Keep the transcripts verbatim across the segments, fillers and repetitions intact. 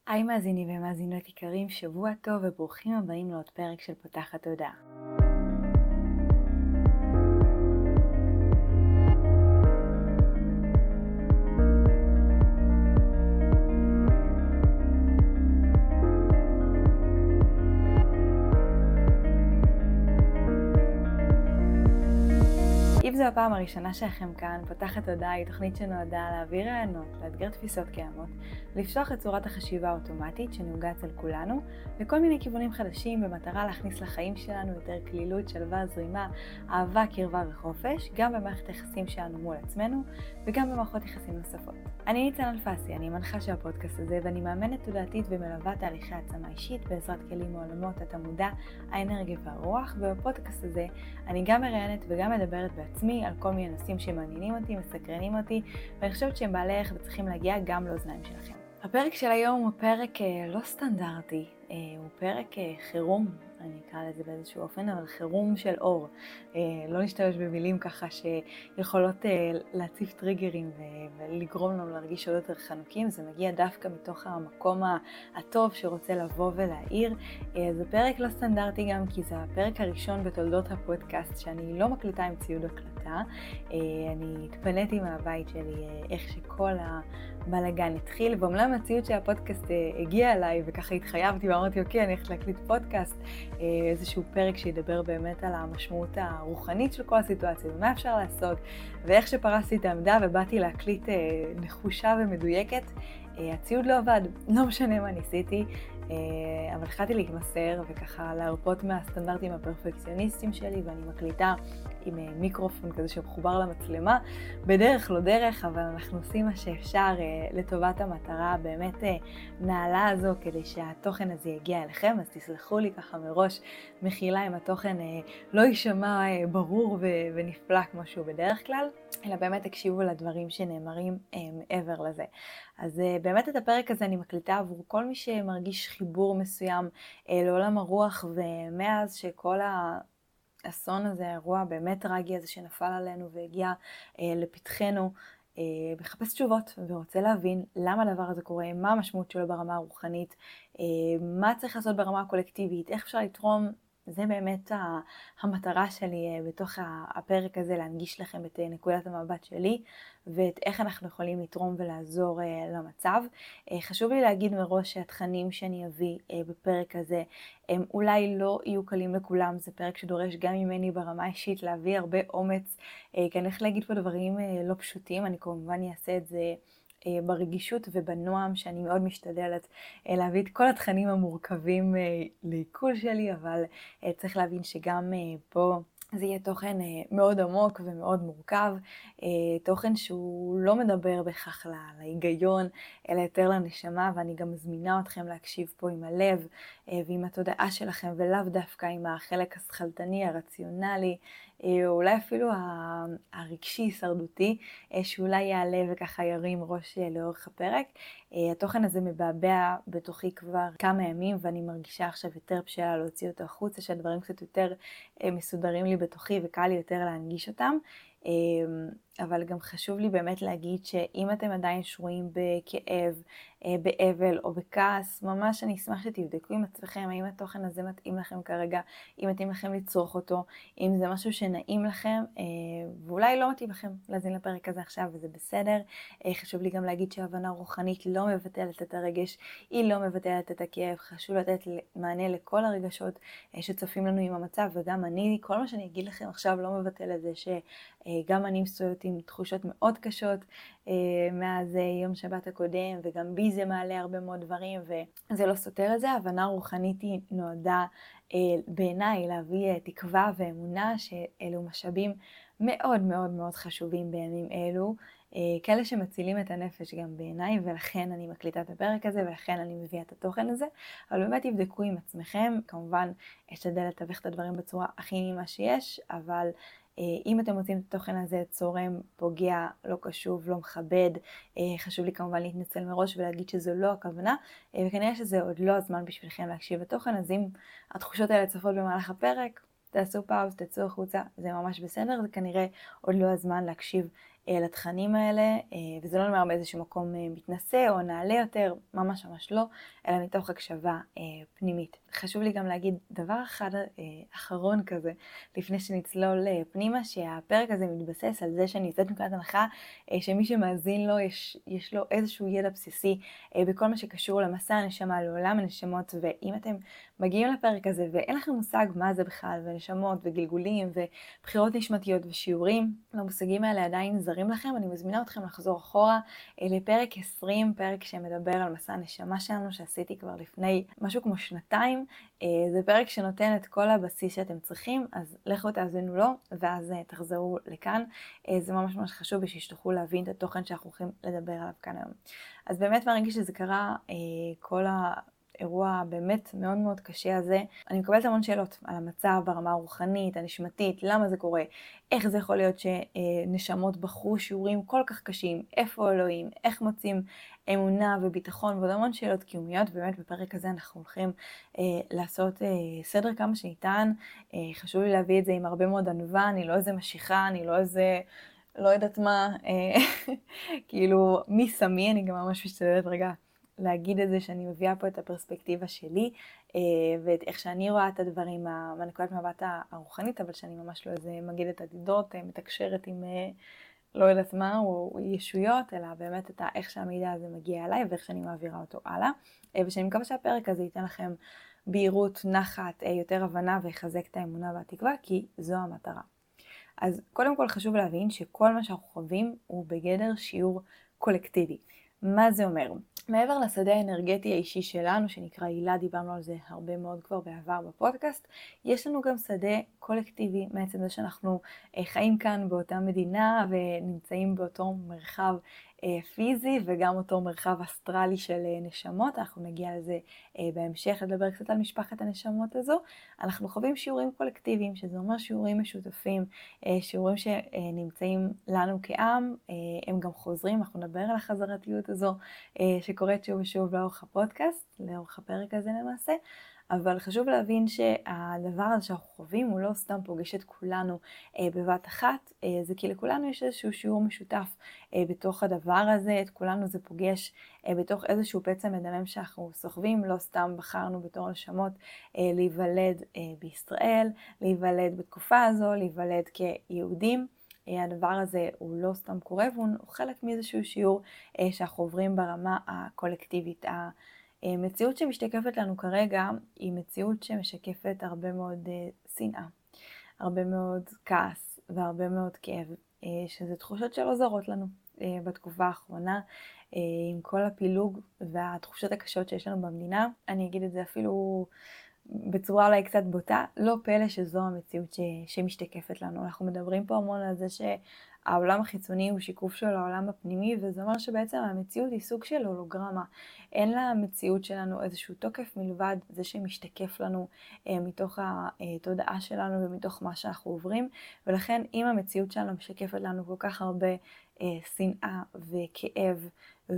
היי מאזינים ומאזינות יקרים, שבוע טוב וברוכים הבאים לעוד פרק של פותחת תודעה. אם זו הפעם הראשונה שלכם כאן, פותחת תודעה היא תוכנית שנועדה להעביר רעיונות, לאתגר תפיסות קיימות, לפתוח את צורת החשיבה האוטומטית שנהוגה אצל כולנו, לכל מיני כיוונים חדשים במטרה להכניס לחיים שלנו יותר כלילות, שלווה, זרימה, אהבה, קרבה וחופש, גם במערכת היחסים שלנו מול עצמנו וגם במערכות יחסים נוספות. אני ניצן אלפסי, אני מנחה של הפודקאסט הזה ואני מאמנת תודעתית ומלווה תהליכי העצמה אישית בעזרת כלים מעולמות התמודע, האנרגיה והרוח, ובפודקאסט הזה אני גם מראיינת וגם מדברת בעצמי על כל מיני נושאים שמעניינים אותי, מסקרנים אותי, ואני חושבת שהם בעלי ערך וצריכים להגיע גם לאוזניים שלכם. הפרק של היום הוא פרק לא סטנדרטי, הוא פרק חירום, אני אקרא לזה באיזשהו אופן, אבל חירום של אור. לא נשתמש במילים ככה שיכולות להציף טריגרים ולגרום לנו להרגיש עוד יותר חנוקים, זה מגיע דווקא מתוך המקום הטוב שרוצה לבוא ולהעיר. זה פרק לא סטנדרטי גם כי זה הפרק הראשון בתולדות הפודקאסט שאני לא מקליטה עם ציוד הקלטה. אני התפניתי מהבית שלי איך שכל הבלגן התחיל, ואומנם הציוד של הפודקאסט הגיע אליי וככה התחייבתי ואמרתי אוקיי אני הולכת להקליט פודקאסט, איזשהו פרק שידבר באמת על המשמעות הרוחנית של כל הסיטואציה ומה אפשר לעשות, ואיך שפרסתי את העמדה ובאתי להקליט נחושה ומדויקת, הציוד לא עבד, לא משנה מה ניסיתי, אבל החלטתי להתמסר וככה להרפות מהסטנדרטים הפרפקציוניסטיים שלי, ואני מקליטה עם מיקרופון כזה שמחובר למצלמה, בדרך לא דרך, אבל אנחנו עושים מה שאפשר לטובת המטרה באמת נעלה הזו, כדי שהתוכן הזה יגיע אליכם, אז תסלחו לי ככה מראש מחילה אם התוכן לא יישמע ברור ונפלא כמו שהוא בדרך כלל, אלא באמת תקשיבו לדברים שנאמרים מעבר לזה. אז באמת את הפרק הזה אני מקליטה עבור כל מי שמרגיש חיבור מסוים לעולם הרוח, ומאז שכל האסון הזה, האירוע באמת טרגי הזה שנפל עלינו והגיע לפתחנו, מחפש תשובות ורוצה להבין למה הדבר הזה קורה, מה המשמעות שלו ברמה הרוחנית, מה צריך לעשות ברמה הקולקטיבית, איך אפשר לתרום. זה באמת המטרה שלי בתוך הפרק הזה, להנגיש לכם את נקודת המבט שלי ואת איך אנחנו יכולים לתרום ולעזור למצב. חשוב לי להגיד מראש שהתכנים שאני אביא בפרק הזה הם אולי לא יהיו קלים לכולם, זה פרק שדורש גם ממני ברמה אישית להביא הרבה אומץ, כי אני הולכת להגיד פה דברים לא פשוטים, אני כמובן אעשה את זה ברגישות ובנועם שאני מאוד משתדלת להביא את כל התכנים המורכבים לעיכול שלי, אבל צריך להבין שגם פה זה יהיה תוכן מאוד עמוק ומאוד מורכב, תוכן שהוא לא מדבר בכך להיגיון, אלא יותר לנשמה, ואני גם מזמינה אתכם להקשיב פה עם הלב ועם התודעה שלכם, ולאו דווקא עם החלק השכלתני, הרציונלי, או אולי אפילו הרגשי, הישרדותי, שאולי יעלה וככה ירים ראש לאורך הפרק. התוכן הזה מבעבע בתוכי כבר כמה ימים, ואני מרגישה עכשיו יותר בשלה להוציא אותו החוצה, שהדברים קצת יותר מסודרים לי בתוכי וקל לי יותר להנגיש אותם. אבל גם חשוב לי באמת להגיד שאם אתם עדיין שרויים בכאב, באבל או בכעס, ממש אני אשמח שתבדקו עם עצמכם האם התוכן הזה מתאים לכם כרגע, אם מתאים לכם לצרוך אותו, אם זה משהו שנעים לכם, ואולי לא מתאים לכם להזין לפרק הזה עכשיו, וזה בסדר. חשוב לי גם להגיד שההבנה רוחנית לא מבטלת את הרגש, היא לא מבטלת את הכאב, חשוב לתת מענה לכל הרגשות שצופים לנו עם המצב, וגם אני, כל מה שאני אגיד לכם עכשיו לא מבטל את זה שגם אני מסוימת עם תחושות מאוד קשות מאז יום שבת הקודם, וגם בי זה מעלה הרבה מאוד דברים, וזה לא סותר את זה. ההבנה הרוחנית היא נועדה בעיניי להביא תקווה ואמונה, שאלו משאבים מאוד מאוד מאוד חשובים בימים אלו, כאלה שמצילים את הנפש גם בעיניי, ולכן אני מקליטה את הפרק הזה, ולכן אני מביאה את התוכן הזה. אבל באמת תבדקו עם עצמכם, כמובן אשתדל לתווך את הדברים בצורה הכי נעימה שיש, אבל אם אתם מוצאים את התוכן הזה צורם, פוגע, לא קשוב, לא מכבד, חשוב לי כמובן להתנצל מראש ולהגיד שזו לא הכוונה, וכנראה שזה עוד לא הזמן בשבילכם להקשיב לתוכן, אז אם התחושות האלה צפות במהלך הפרק, תעשו פאוז, תצאו החוצה, זה ממש בסדר, זה כנראה עוד לא הזמן להקשיב לתכנים האלה, וזה לא נאמר באיזשהו מקום מתנשא או נעלה יותר, ממש ממש לא, אלא מתוך הקשבה פנימית. חשוב לי גם להגיד דבר אחד אחרון כזה, לפני שנצלול פנימה, שהפרק הזה מתבסס על זה שאני יוצאת נקודת הנחה, שמי שמאזין לו יש, יש לו איזשהו ידע בסיסי בכל מה שקשור למסע הנשמה, לעולם הנשמות, ואם אתם מגיעים לפרק הזה ואין לכם מושג מה זה בכלל, ונשמות וגלגולים ובחירות נשמתיות ושיעורים, המושגים האלה עדיין זרים לכם, אני מזמינה אתכם לחזור אחורה לפרק עשרים, פרק שמדבר על מסע הנשמה שלנו, שעשיתי כבר לפני משהו כמו שנתיים. זה פרק שנותן את כל הבסיס שאתם צריכים, אז לכו תאזינו לו, ואז תחזרו לכאן. זה ממש ממש חשוב בשביל שתוכלו להבין את התוכן שאנחנו הולכים לדבר עליו כאן היום. אז באמת מהרגע שזה קרה, כל ה... אירוע באמת מאוד מאוד קשה הזה, אני מקבלת המון שאלות על המצב ברמה הרוחנית, הנשמתית, למה זה קורה, איך זה יכול להיות שנשמות בחרו שיעורים כל כך קשים, איפה אלוהים, איך מוצאים אמונה וביטחון, ועוד המון שאלות קיומיות. באמת בפרק הזה אנחנו הולכים אה, לעשות אה, סדר כמה שניתן. אה, חשוב לי להביא את זה עם הרבה מאוד ענווה, אני לא איזה משיכה, אני לא איזה... לא יודעת מה, אה, כאילו מי שמי, אני גם ממש משתדלת רגע להגיד את זה שאני מביאה פה את הפרספקטיבה שלי, ואת איך שאני רואה את הדברים מהנקודת מבט הרוחנית, אבל שאני ממש לא איזה מגידת עתידות, מתקשרת עם לא יודעת מה, או ישויות, אלא באמת את איך שהמידע הזה מגיע אליי, ואיך שאני מעבירה אותו הלאה. ושאני מקווה שהפרק הזה ייתן לכם בהירות, נחת, יותר הבנה, ויחזק את האמונה והתקווה, כי זו המטרה. אז קודם כל חשוב להבין שכל מה שאנחנו חווים הוא בגדר שיעור קולקטיבי. מה זה אומר? מעבר לשדה האנרגטי האישי שלנו, שנקרא הילה, דיברנו על זה הרבה מאוד כבר בעבר בפודקאסט, יש לנו גם שדה קולקטיבי, מעצם זה שאנחנו חיים כאן באותה מדינה ונמצאים באותו מרחב פיזי וגם אותו מרחב אסטרלי של נשמות. אנחנו נגיע לזה בהמשך, לדבר קצת על משפחת הנשמות הזו. אנחנו חווים שיעורים קולקטיביים, שזה אומר שיעורים משותפים, שיעורים שנמצאים לנו כעם, הם גם חוזרים, אנחנו נדבר על החזרתיות הזו שקורית שוב ושוב לאורך הפודקאסט, לאורך הפרק הזה למעשה. אבל חשוב להבין שהדבר הזה שאנחנו חווים הוא לא סתם פוגש את כולנו אה, בבת אחת, אה, זה כי לכולנו יש איזשהו שיעור משותף אה, בתוך הדבר הזה, את כולנו זה פוגש אה, בתוך איזשהו פצע מדמם שאנחנו סוחבים, לא סתם בחרנו בתור נשמות אה, להיוולד אה, בישראל, להיוולד בתקופה הזו, להיוולד כיהודים. הדבר הזה הוא לא סתם קורה, והוא חלק מאיזשהו שיעור אה, שאנחנו עוברים ברמה הקולקטיבית. המציאות שמשתקפת לנו כרגע היא מציאות שמשקפת הרבה מאוד uh, שנאה, הרבה מאוד כעס והרבה מאוד כאב, uh, שזה תחושות שלא זרות לנו uh, בתקופה האחרונה, uh, עם כל הפילוג והתחושות הקשות שיש לנו במדינה. אני אגיד את זה אפילו בצורה אולי קצת בוטה, לא פלא שזו המציאות ש... שמשתקפת לנו. אנחנו מדברים פה המון על זה שהעולם החיצוני הוא שיקוף של העולם הפנימי, וזה אומר שבעצם המציאות היא סוג של הולוגרמה. אין לה המציאות שלנו איזשהו תוקף מלבד זה שמשתקף לנו אה, מתוך התודעה שלנו ומתוך מה שאנחנו עוברים, ולכן אם המציאות שלנו משקפת לנו כל כך הרבה אה, שנאה וכאב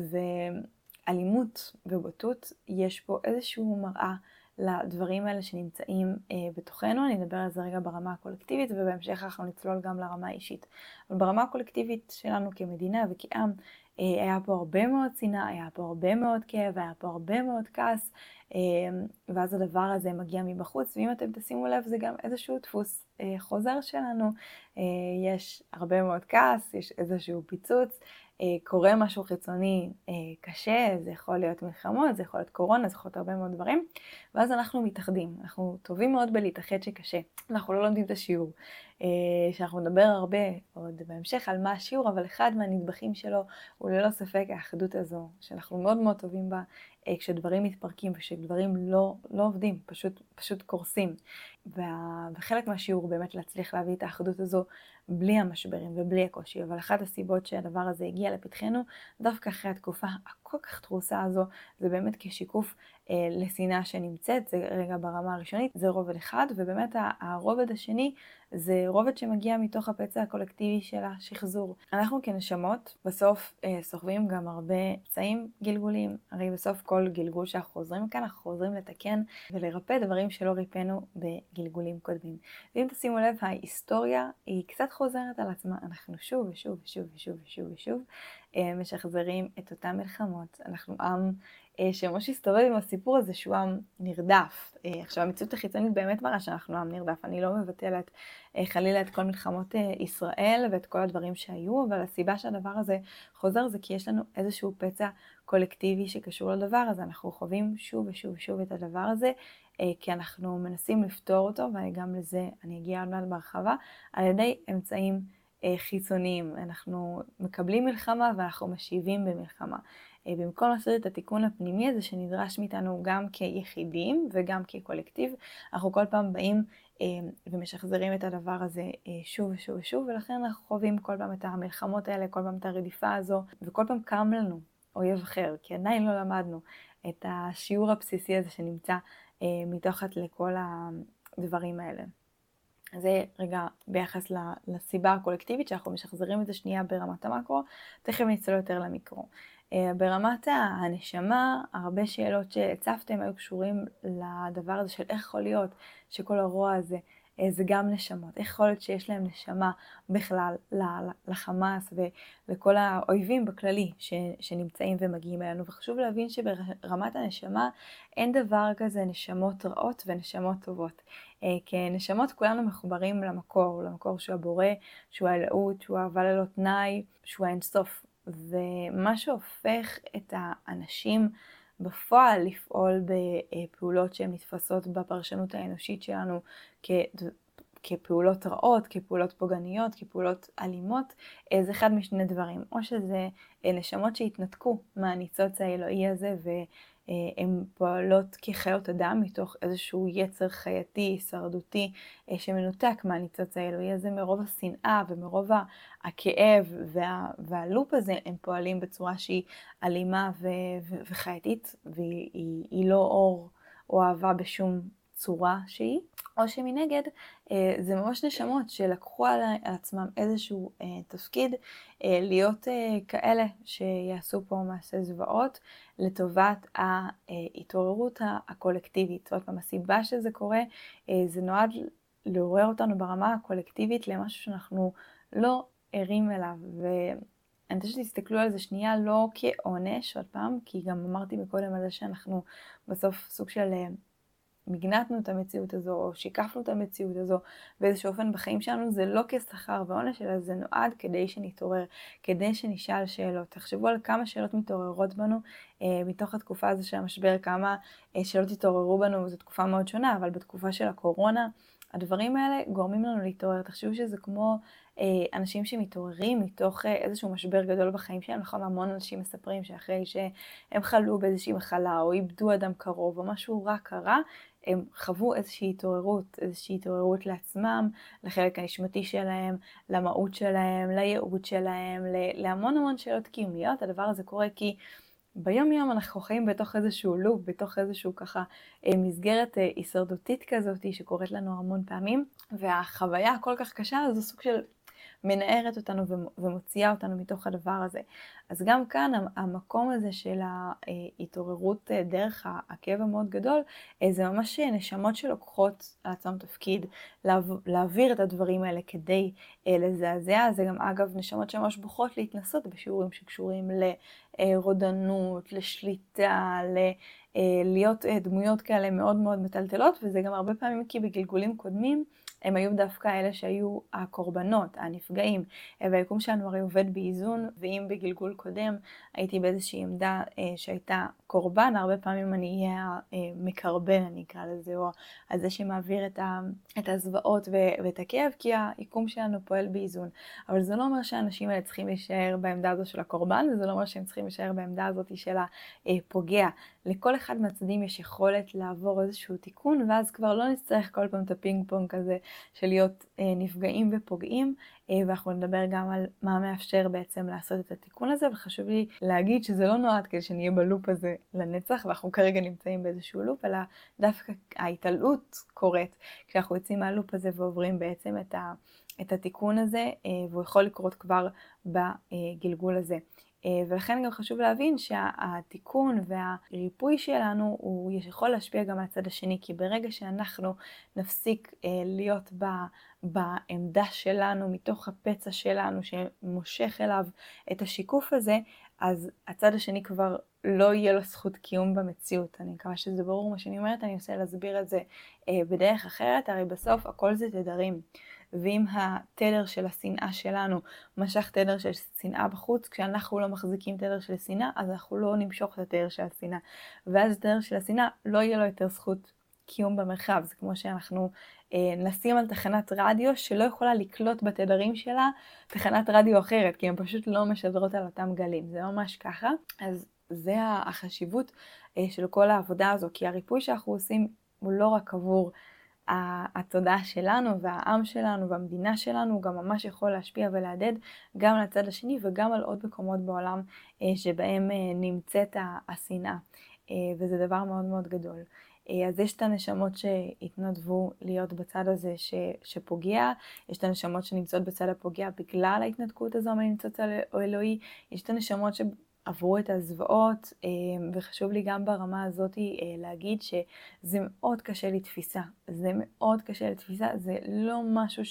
ואלימות ובוטות, יש פה איזשהו מראה לדברים האלה שנמצאים אה, בתוכנו. אני אדבר על זה רגע ברמה הקולקטיבית, ובהמשך אנחנו נצלול גם לרמה האישית. אבל ברמה הקולקטיבית שלנו כמדינה וכעם, אה, היה פה הרבה מאוד שנאה, היה פה הרבה מאוד כאב, היה פה הרבה מאוד כעס, אה, ואז הדבר הזה מגיע מבחוץ, ואם אתם תשימו לב זה גם איזשהו דפוס אה, חוזר שלנו, אה, יש הרבה מאוד כעס, יש איזשהו פיצוץ, קורה משהו חיצוני קשה, זה יכול להיות מלחמות, זה יכול להיות קורונה, זה יכול להיות הרבה מאוד דברים, ואז אנחנו מתאחדים, אנחנו טובים מאוד בלהתאחד שקשה, אנחנו לא לומדים את השיעור, שאנחנו נדבר הרבה עוד בהמשך על מה השיעור, אבל אחד מהנדבכים שלו הוא ללא ספק האחדות הזו, שאנחנו מאוד מאוד טובים בה, כשדברים מתפרקים וכשדברים לא, לא עובדים, פשוט, פשוט קורסים. וחלק מהשיעור באמת להצליח להביא את האחדות הזו בלי המשברים ובלי הקושי, אבל אחת הסיבות שהדבר הזה הגיע לפתחנו, דווקא אחרי התקופה הכל כך דחוסה הזו, זה באמת כשיקוף אה, לשנאה שנמצאת, זה רגע ברמה הראשונית, זה רובד אחד, ובאמת הרובד השני, זה רובד שמגיע מתוך הפצע הקולקטיבי של השחזור. אנחנו כנשמות בסוף אה, סוחבים גם הרבה פצעים גלגולים, הרי בסוף כל גלגול שאנחנו חוזרים כאן, אנחנו חוזרים לתקן ולרפא דברים שלא ריפאנו בגלגולים קודמים. ואם תשימו לב, ההיסטוריה היא קצת קצת חוזרת על עצמה. אנחנו שוב ושוב ושוב ושוב ושוב ושוב משחזרים את אותם מלחמות. אנחנו עם שממש הסתובב עם הסיפור הזה שהוא עם נרדף. עכשיו, המציאות החיצונית באמת מראה שאנחנו עם נרדף. אני לא מבטלת חלילה את כל מלחמות ישראל ואת כל הדברים שהיו, אבל הסיבה שהדבר הזה חוזר זה כי יש לנו איזשהו פצע קולקטיבי שקשור לדבר הזה. אנחנו חווים שוב ושוב ושוב את הדבר הזה, כי אנחנו מנסים לפתור אותו, וגם לזה אני אגיע עוד מעט בהרחבה, על ידי אמצעים חיצוניים. אנחנו מקבלים מלחמה ואנחנו משיבים במלחמה. במקום לעשות את התיקון הפנימי הזה שנדרש מאיתנו גם כיחידים וגם כקולקטיב, אנחנו כל פעם באים ומשחזרים את הדבר הזה שוב ושוב ושוב, ולכן אנחנו חווים כל פעם את המלחמות האלה, כל פעם את הרדיפה הזו, וכל פעם קם לנו אויב אחר, כי עדיין לא למדנו את השיעור הבסיסי הזה שנמצא מתחת לכל הדברים האלה. זה רגע ביחס לסיבה הקולקטיבית שאנחנו משחזרים את זה שנייה ברמת המקרו, תכף נצלול יותר למיקרו. ברמת הנשמה, הרבה שאלות שהצפתם היו קשורים לדבר הזה של איך יכול להיות שכל הרוע הזה זה גם נשמות. איך יכול להיות שיש להם נשמה בכלל לחמאס ולכל האויבים בכללי שנמצאים ומגיעים אלינו. וחשוב להבין שברמת הנשמה אין דבר כזה נשמות רעות ונשמות טובות. כנשמות כולנו מחוברים למקור, למקור שהוא הבורא, שהוא האלוהות, שהוא אהבה ללא תנאי, שהוא האינסוף. ומה שהופך את האנשים בפועל לפעול בפעולות שהן נתפסות בפרשנות האנושית שלנו כפעולות רעות, כפעולות פוגעניות, כפעולות אלימות, זה אחד משני דברים. או שזה נשמות שהתנתקו מהניצוץ האלוהי הזה והן פועלות כחיות אדם מתוך איזשהו יצר חייתי, הישרדותי, שמנותק מהניצוץ האלוהי הזה מרוב השנאה ומרוב הכאב וה, והלופ הזה, הם פועלים בצורה שהיא אלימה ו, ו, וחייתית, והיא היא לא אור או אהבה בשום צורה שהיא. או שמנגד זה ממש נשמות שלקחו על עצמם איזשהו תפקיד להיות כאלה שיעשו פה מעשה זוועות לטובת ההתעוררות הקולקטיבית. זאת אומרת, הסיבה שזה קורה זה נועד לעורר אותנו ברמה הקולקטיבית למשהו שאנחנו לא ערים אליו. ואני רוצה שתסתכלו על זה שנייה לא כעונש עוד פעם, כי גם אמרתי מקודם על זה שאנחנו בסוף סוג של מגנתנו את המציאות הזו, או שיקפנו את המציאות הזו באיזשהו אופן בחיים שלנו, זה לא כשכר ועונש, אלא זה נועד כדי שנתעורר, כדי שנשאל שאלות. תחשבו על כמה שאלות מתעוררות בנו אה, מתוך התקופה הזו של המשבר, כמה אה, שאלות התעוררו בנו, זו תקופה מאוד שונה, אבל בתקופה של הקורונה, הדברים האלה גורמים לנו להתעורר. תחשבו שזה כמו אה, אנשים שמתעוררים מתוך אה, איזשהו משבר גדול בחיים שלהם. נכון, המון אנשים מספרים שאחרי שהם חלו באיזושהי מחלה, או איבדו אדם קרוב, או משהו רע קרה, הם חוו איזושהי התעוררות, איזושהי התעוררות לעצמם, לחלק הנשמתי שלהם, למהות שלהם, לייעוד שלהם, להמון המון שאלות קיומיות. הדבר הזה קורה כי ביום יום אנחנו חיים בתוך איזשהו לופ, בתוך איזשהו ככה מסגרת הישרדותית כזאת שקורית לנו המון פעמים, והחוויה הכל כך קשה זו סוג של מנערת אותנו ומוציאה אותנו מתוך הדבר הזה. אז גם כאן המקום הזה של ההתעוררות דרך הכאב המאוד גדול, זה ממש נשמות שלוקחות על עצמם תפקיד להעביר את הדברים האלה כדי לזעזע. זה גם אגב נשמות שממש בוחרות להתנסות בשיעורים שקשורים לרודנות, לשליטה, להיות דמויות כאלה מאוד מאוד מטלטלות, וזה גם הרבה פעמים כי בגלגולים קודמים הם היו דווקא אלה שהיו הקורבנות, הנפגעים. והיקום שלנו הרי עובד באיזון, ואם בגלגול קודם הייתי באיזושהי עמדה אה, שהייתה קורבן, הרבה פעמים אני אהיה אה, מקרבן, אני אקרא לזה, או על זה שמעביר את, ה, את הזוועות ו, ואת הכאב, כי היקום שלנו פועל באיזון. אבל זה לא אומר שהאנשים האלה צריכים להישאר בעמדה הזו של הקורבן, וזה לא אומר שהם צריכים להישאר בעמדה הזאת של הפוגע. לכל אחד מהצדדים יש יכולת לעבור איזשהו תיקון, ואז כבר לא נצטרך כל פעם את הפינג פונג כזה של להיות אה, נפגעים ופוגעים, אה, ואנחנו נדבר גם על מה מאפשר בעצם לעשות את התיקון הזה, וחשוב לי להגיד שזה לא נועד כדי שנהיה בלופ הזה לנצח, ואנחנו כרגע נמצאים באיזשהו לופ, אלא דווקא ההתעלות קורית כשאנחנו יוצאים מהלופ הזה ועוברים בעצם את, ה, את התיקון הזה, אה, והוא יכול לקרות כבר בגלגול הזה. ולכן גם חשוב להבין שהתיקון והריפוי שלנו הוא יכול להשפיע גם על הצד השני, כי ברגע שאנחנו נפסיק להיות בעמדה שלנו, מתוך הפצע שלנו שמושך אליו את השיקוף הזה, אז הצד השני כבר לא יהיה לו זכות קיום במציאות. אני מקווה שזה ברור מה שאני אומרת, אני אנסה להסביר את זה אה, בדרך אחרת, הרי בסוף הכל זה תדרים. ואם התדר של השנאה שלנו משך תדר של שנאה בחוץ, כשאנחנו לא מחזיקים תדר של שנאה, אז אנחנו לא נמשוך את התדר של השנאה. ואז התדר של השנאה לא יהיה לו יותר זכות קיום במרחב. זה כמו שאנחנו אה, נשים על תחנת רדיו שלא יכולה לקלוט בתדרים שלה תחנת רדיו אחרת, כי הן פשוט לא משדרות על אותם גלים. זה ממש ככה. אז זה החשיבות אה, של כל העבודה הזו, כי הריפוי שאנחנו עושים הוא לא רק עבור התודעה שלנו והעם שלנו והמדינה שלנו, הוא גם ממש יכול להשפיע ולהדד גם על הצד השני וגם על עוד מקומות בעולם שבהם נמצאת השנאה, וזה דבר מאוד מאוד גדול. אז יש את הנשמות שהתנדבו להיות בצד הזה ש, שפוגע, יש את הנשמות שנמצאות בצד הפוגע בגלל ההתנתקות הזו מניצוץ האלוהי, יש את הנשמות ש... עברו את הזוועות, וחשוב לי גם ברמה הזאת להגיד שזה מאוד קשה לתפיסה. זה מאוד קשה לתפיסה, זה לא משהו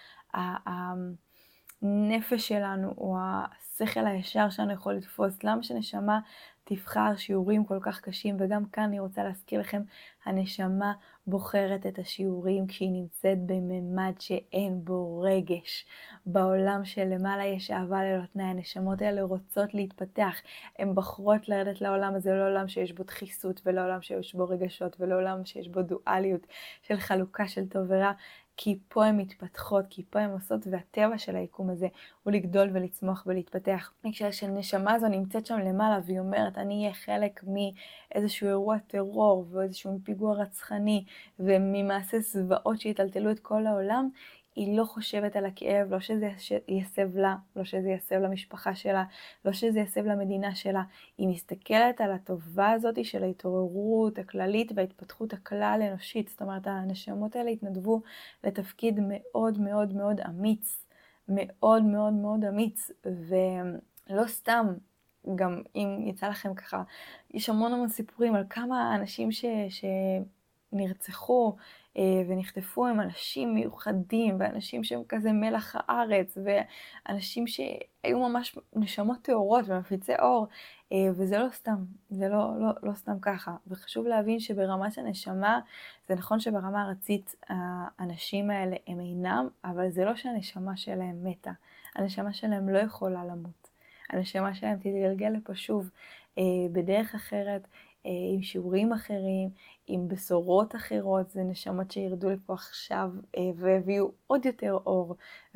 שהנפש שלנו או השכל הישר שלנו יכול לתפוס. למה שנשמה תבחר שיעורים כל כך קשים? וגם כאן אני רוצה להזכיר לכם, הנשמה בוחרת את השיעורים כשהיא נמצאת בממד שאין בו רגש. בעולם שלמעלה יש אהבה ללא תנאי, הנשמות האלה רוצות להתפתח, הן בחרות לרדת לעולם הזה, לא עולם שיש בו דחיסות, ולא עולם שיש בו רגשות, ולא עולם שיש בו דואליות של חלוקה של טוב ורע, כי פה הן מתפתחות, כי פה הן עושות, והטבע של היקום הזה הוא לגדול ולצמוח ולהתפתח. כשהנשמה הזו נמצאת שם למעלה והיא אומרת, אני אהיה חלק מאיזשהו אירוע טרור ואיזשהו פיגוע רצחני וממעשה זוועות שהטלטלו את כל העולם, היא לא חושבת על הכאב, לא שזה יסב לה, לא שזה יסב למשפחה שלה, לא שזה יסב למדינה שלה. היא מסתכלת על הטובה הזאת של ההתעוררות הכללית וההתפתחות הכלל אנושית. זאת אומרת, הנשמות האלה התנדבו לתפקיד מאוד מאוד מאוד אמיץ, מאוד מאוד מאוד אמיץ, ולא סתם, גם אם יצא לכם ככה, יש המון המון סיפורים על כמה אנשים ש... שנרצחו, ונחטפו הם אנשים מיוחדים, ואנשים שהם כזה מלח הארץ, ואנשים שהיו ממש נשמות טהורות ומפיצי אור, וזה לא סתם, זה לא, לא, לא סתם ככה. וחשוב להבין שברמת הנשמה, זה נכון שברמה הארצית האנשים האלה הם אינם, אבל זה לא שהנשמה שלהם מתה. הנשמה שלהם לא יכולה למות. הנשמה שלהם תתגלגל לפה שוב בדרך אחרת, עם שיעורים אחרים, עם בשורות אחרות. זה נשמות שירדו לפה עכשיו והביאו עוד יותר אור,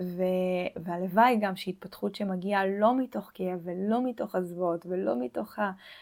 והלוואי גם שהתפתחות שמגיעה לא מתוך כאב ולא מתוך הזוועות ולא מתוך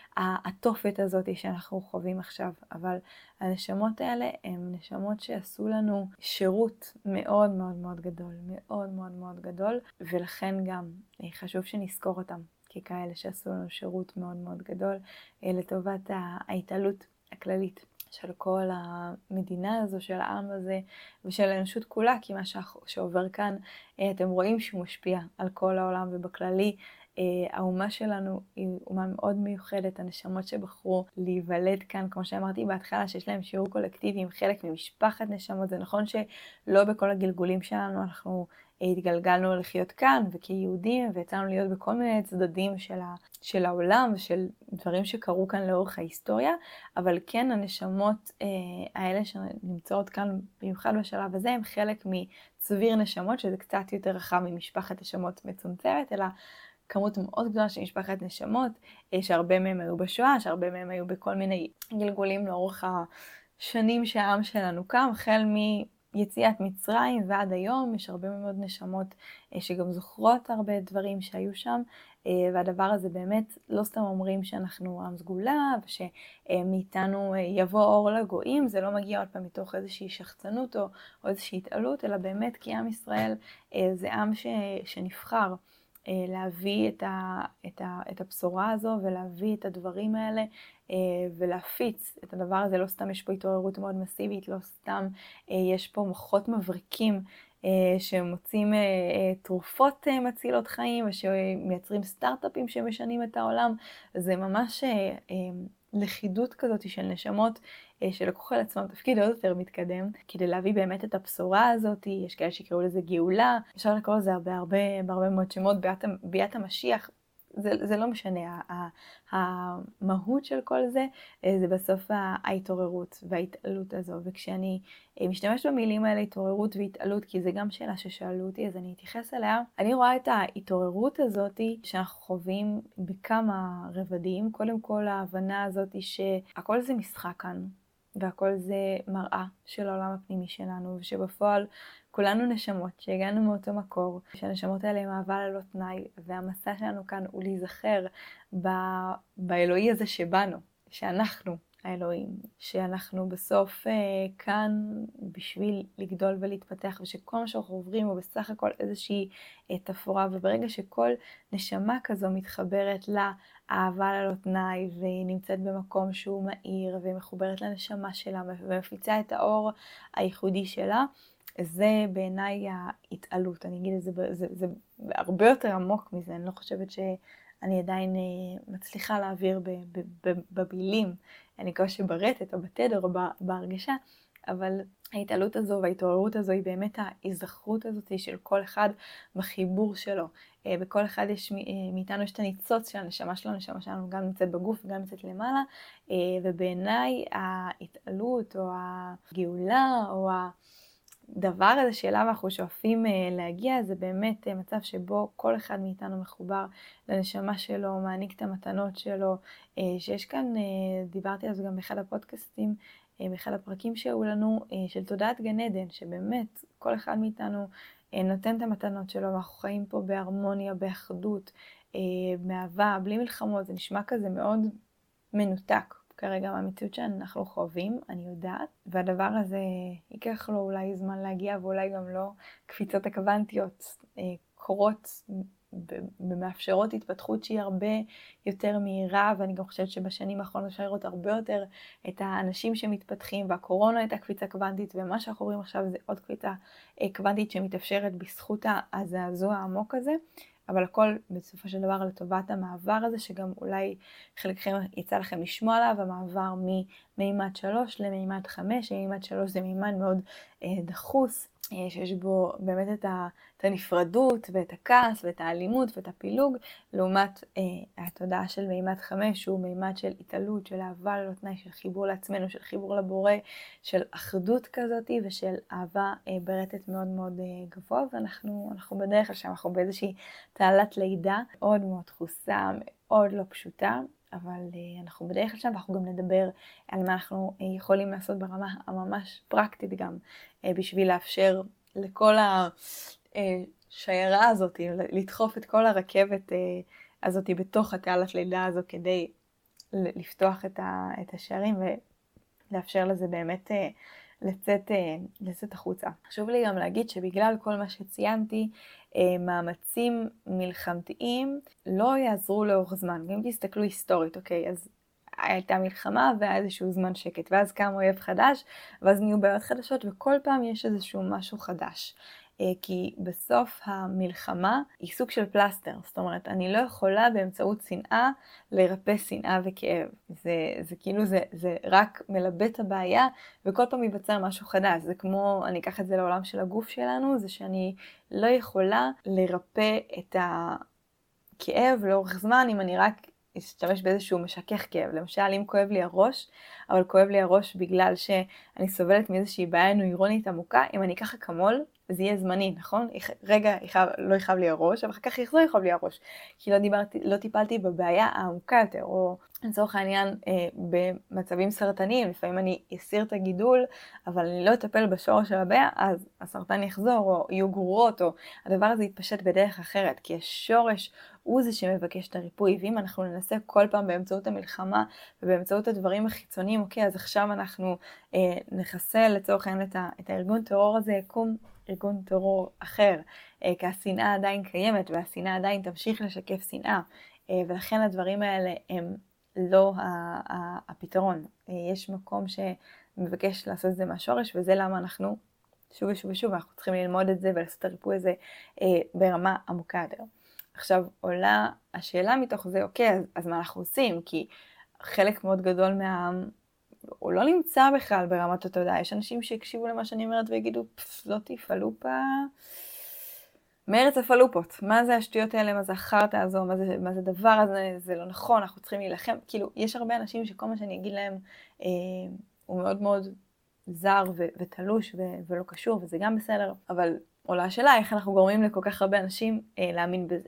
התופת הזאת שאנחנו חווים עכשיו, אבל הנשמות האלה הן נשמות שעשו לנו שירות מאוד מאוד מאוד גדול, מאוד מאוד מאוד גדול, ולכן גם חשוב שנזכור אותם ככאלה שעשו לנו שירות מאוד מאוד גדול לטובת ההתעלות הכללית של כל המדינה הזו, של העם הזה ושל האנושות כולה, כי מה שעובר כאן, אתם רואים שהוא משפיע על כל העולם, ובכללי האומה שלנו היא אומה מאוד מיוחדת. הנשמות שבחרו להיוולד כאן, כמו שאמרתי בהתחלה, שיש להם שיעור קולקטיבי עם חלק ממשפחת נשמות. זה נכון שלא בכל הגלגולים שלנו אנחנו התגלגלנו לחיות כאן וכיהודים, ויצאנו להיות בכל מיני צדדים של, ה, של העולם ושל דברים שקרו כאן לאורך ההיסטוריה, אבל כן הנשמות אה, האלה שנמצאות כאן במיוחד בשלב הזה, הם חלק מצביר נשמות, שזה קצת יותר רחב ממשפחת נשמות מצומצמת, אלא כמות מאוד גדולה של משפחת נשמות, אה, שהרבה מהם היו בשואה, שהרבה מהם היו בכל מיני גלגולים לאורך השנים שהעם שלנו קם, החל מ... יציאת מצרים ועד היום. יש הרבה מאוד נשמות שגם זוכרות הרבה דברים שהיו שם, והדבר הזה באמת לא סתם אומרים שאנחנו עם סגולה ושמאיתנו יבוא אור לגויים. זה לא מגיע עוד פעם מתוך איזושהי שחצנות או, או איזושהי התעלות, אלא באמת כי עם ישראל זה עם ש, שנבחר להביא את, ה, את, ה, את הבשורה הזו ולהביא את הדברים האלה ולהפיץ את הדבר הזה. לא סתם יש פה התעוררות מאוד מסיבית, לא סתם יש פה מוחות מבריקים שמוצאים תרופות מצילות חיים ושמייצרים סטארט-אפים שמשנים את העולם. זה ממש לכידות כזאת של נשמות שלקחו על עצמם תפקיד עוד יותר מתקדם, כדי להביא באמת את הבשורה הזאת. יש כאלה שיקראו לזה גאולה, אפשר לקרוא לזה הרבה, הרבה, בהרבה מאוד שמות, ביאת, ביאת המשיח, זה, זה לא משנה, המהות של כל זה, זה בסוף ההתעוררות וההתעלות הזו. וכשאני משתמש במילים האלה, התעוררות והתעלות, כי זה גם שאלה ששאלו אותי, אז אני אתייחס אליה. אני רואה את ההתעוררות הזאת שאנחנו חווים בכמה רבדים. קודם כל ההבנה הזאת שהכל זה משחק כאן, והכל זה מראה של העולם הפנימי שלנו, ושבפועל כולנו נשמות שהגענו מאותו מקור, שהנשמות האלה הם אהבה ללא תנאי, והמסע שלנו כאן הוא להיזכר ב- באלוהי הזה שבנו, שאנחנו האלוהים, שאנחנו בסוף אה, כאן בשביל לגדול ולהתפתח, ושכל מה שאנחנו עוברים הוא בסך הכל איזושהי אה, תפאורה, וברגע שכל נשמה כזו מתחברת לאהבה ללא תנאי, והיא נמצאת במקום שהוא מאיר, ומחוברת לנשמה שלה, ומפיצה את האור הייחודי שלה, זה בעיניי ההתעלות. אני אגיד את זה, זה, זה הרבה יותר עמוק מזה, אני לא חושבת שאני עדיין מצליחה להעביר בבילים, אני מקווה שברטט או בתדר או בהרגשה, אבל ההתעלות הזו וההתעוררות הזו היא באמת ההיזכרות הזאת של כל אחד בחיבור שלו. בכל אחד יש, מאיתנו יש את הניצוץ של הנשמה שלנו, הנשמה שלנו גם נמצאת בגוף וגם נמצאת למעלה, ובעיניי ההתעלות או הגאולה או הדבר הזה שאליו אנחנו שואפים להגיע, זה באמת מצב שבו כל אחד מאיתנו מחובר לנשמה שלו, מעניק את המתנות שלו, שיש כאן, דיברתי על זה גם באחד הפודקאסטים, באחד הפרקים שהיו לנו, של תודעת גן עדן, שבאמת כל אחד מאיתנו נותן את המתנות שלו, ואנחנו חיים פה בהרמוניה, באחדות, מאהבה, בלי מלחמות. זה נשמע כזה מאוד מנותק כרגע מהמציאות שאנחנו חווים, אני יודעת, והדבר הזה ייקח לו אולי זמן להגיע, ואולי גם לא. קפיצות הקוונטיות קורות ומאפשרות התפתחות שהיא הרבה יותר מהירה, ואני גם חושבת שבשנים האחרונות אפשר לראות הרבה יותר את האנשים שמתפתחים, והקורונה הייתה קפיצה קוונטית, ומה שאנחנו רואים עכשיו זה עוד קפיצה קוונטית שמתאפשרת בזכות הזעזוע העמוק הזה, אבל הכל בסופו של דבר לטובת המעבר הזה, שגם אולי חלקכם יצא לכם לשמוע עליו, המעבר ממימד שלוש למימד חמש, מימד שלוש זה מימד מאוד דחוס, שיש בו באמת את, ה, את הנפרדות ואת הכעס ואת האלימות ואת הפילוג, לעומת אה, התודעה של מימד חמש, שהוא מימד של התעלות, של אהבה ללא תנאי, של חיבור לעצמנו, של חיבור לבורא, של אחדות כזאת ושל אהבה אה, ברטט מאוד מאוד אה, גבוה, ואנחנו אנחנו בדרך לשם, אנחנו באיזושהי תעלת לידה מאוד מאוד דחוסה, מאוד לא פשוטה, אבל uh, אנחנו בדרך לשם, ואנחנו גם נדבר על מה אנחנו uh, יכולים לעשות ברמה הממש פרקטית גם, uh, בשביל לאפשר לכל השיירה הזאת, לדחוף את כל הרכבת uh, הזאת בתוך התעלת לידה הזו, כדי לפתוח את, ה, את השערים ולאפשר לזה באמת uh, לצאת, uh, לצאת החוצה. חשוב לי גם להגיד שבגלל כל מה שציינתי, מאמצים מלחמתיים לא יעזרו לאורך זמן. אם תסתכלו היסטורית, אוקיי, אז הייתה מלחמה והיה איזשהו זמן שקט, ואז קם אויב חדש, ואז נהיו בעיות חדשות, וכל פעם יש איזשהו משהו חדש. כי בסוף המלחמה היא סוג של פלסטר, זאת אומרת, אני לא יכולה באמצעות שנאה לרפא שנאה וכאב. זה, זה כאילו, זה, זה רק מלבה את הבעיה, וכל פעם ייווצר משהו חדש. זה כמו, אני אקח את זה לעולם של הגוף שלנו, זה שאני לא יכולה לרפא את הכאב לאורך זמן, אם אני רק אשתמש באיזשהו משכך כאב. למשל, אם כואב לי הראש, אבל כואב לי הראש בגלל שאני סובלת מאיזושהי בעיה נוירונית עמוקה, אם אני ככה כמול, זה יהיה זמני, נכון? רגע יחב, לא יכאב לי הראש, אבל אחר כך יחזור יכאב לי הראש, כי לא, דיברתי, לא טיפלתי בבעיה העמוקה יותר, או לצורך העניין אה, במצבים סרטניים, לפעמים אני אסיר את הגידול, אבל אני לא אטפל בשורש של הבעיה, אז הסרטן יחזור, או יהיו גרורות, או הדבר הזה יתפשט בדרך אחרת, כי השורש הוא זה שמבקש את הריפוי, ואם אנחנו ננסה כל פעם באמצעות המלחמה, ובאמצעות הדברים החיצוניים, אוקיי, אז עכשיו אנחנו אה, נחסל לצורך העניין את, את הארגון טרור הזה, יקום ארגון טרור אחר, אה, כי השנאה עדיין קיימת, והשנאה עדיין תמשיך לשקף שנאה, אה, ולכן הדברים האלה הם לא הפתרון. אה, יש מקום שמבקש לעשות את זה מהשורש, וזה למה אנחנו שוב ושוב ושוב, אנחנו צריכים ללמוד את זה ולעשות את הריפוי הזה אה, ברמה עמוקה יותר. עכשיו עולה השאלה מתוך זה, אוקיי, אז, אז מה אנחנו עושים? כי חלק מאוד גדול מהעם, הוא לא נמצא בכלל ברמת התודעה. יש אנשים שיקשיבו למה שאני אומרת ויגידו, פס, זאתי פלופה, מארץ הפלופות. מה זה השטויות האלה? מה זה החרטא הזו? מה זה, מה זה דבר הזה? זה לא נכון, אנחנו צריכים להילחם. כאילו, יש הרבה אנשים שכל מה שאני אגיד להם, אה, הוא מאוד מאוד זר ו- ותלוש ו- ולא קשור, וזה גם בסדר. אבל עולה השאלה, איך אנחנו גורמים לכל כך הרבה אנשים אה, להאמין בזה.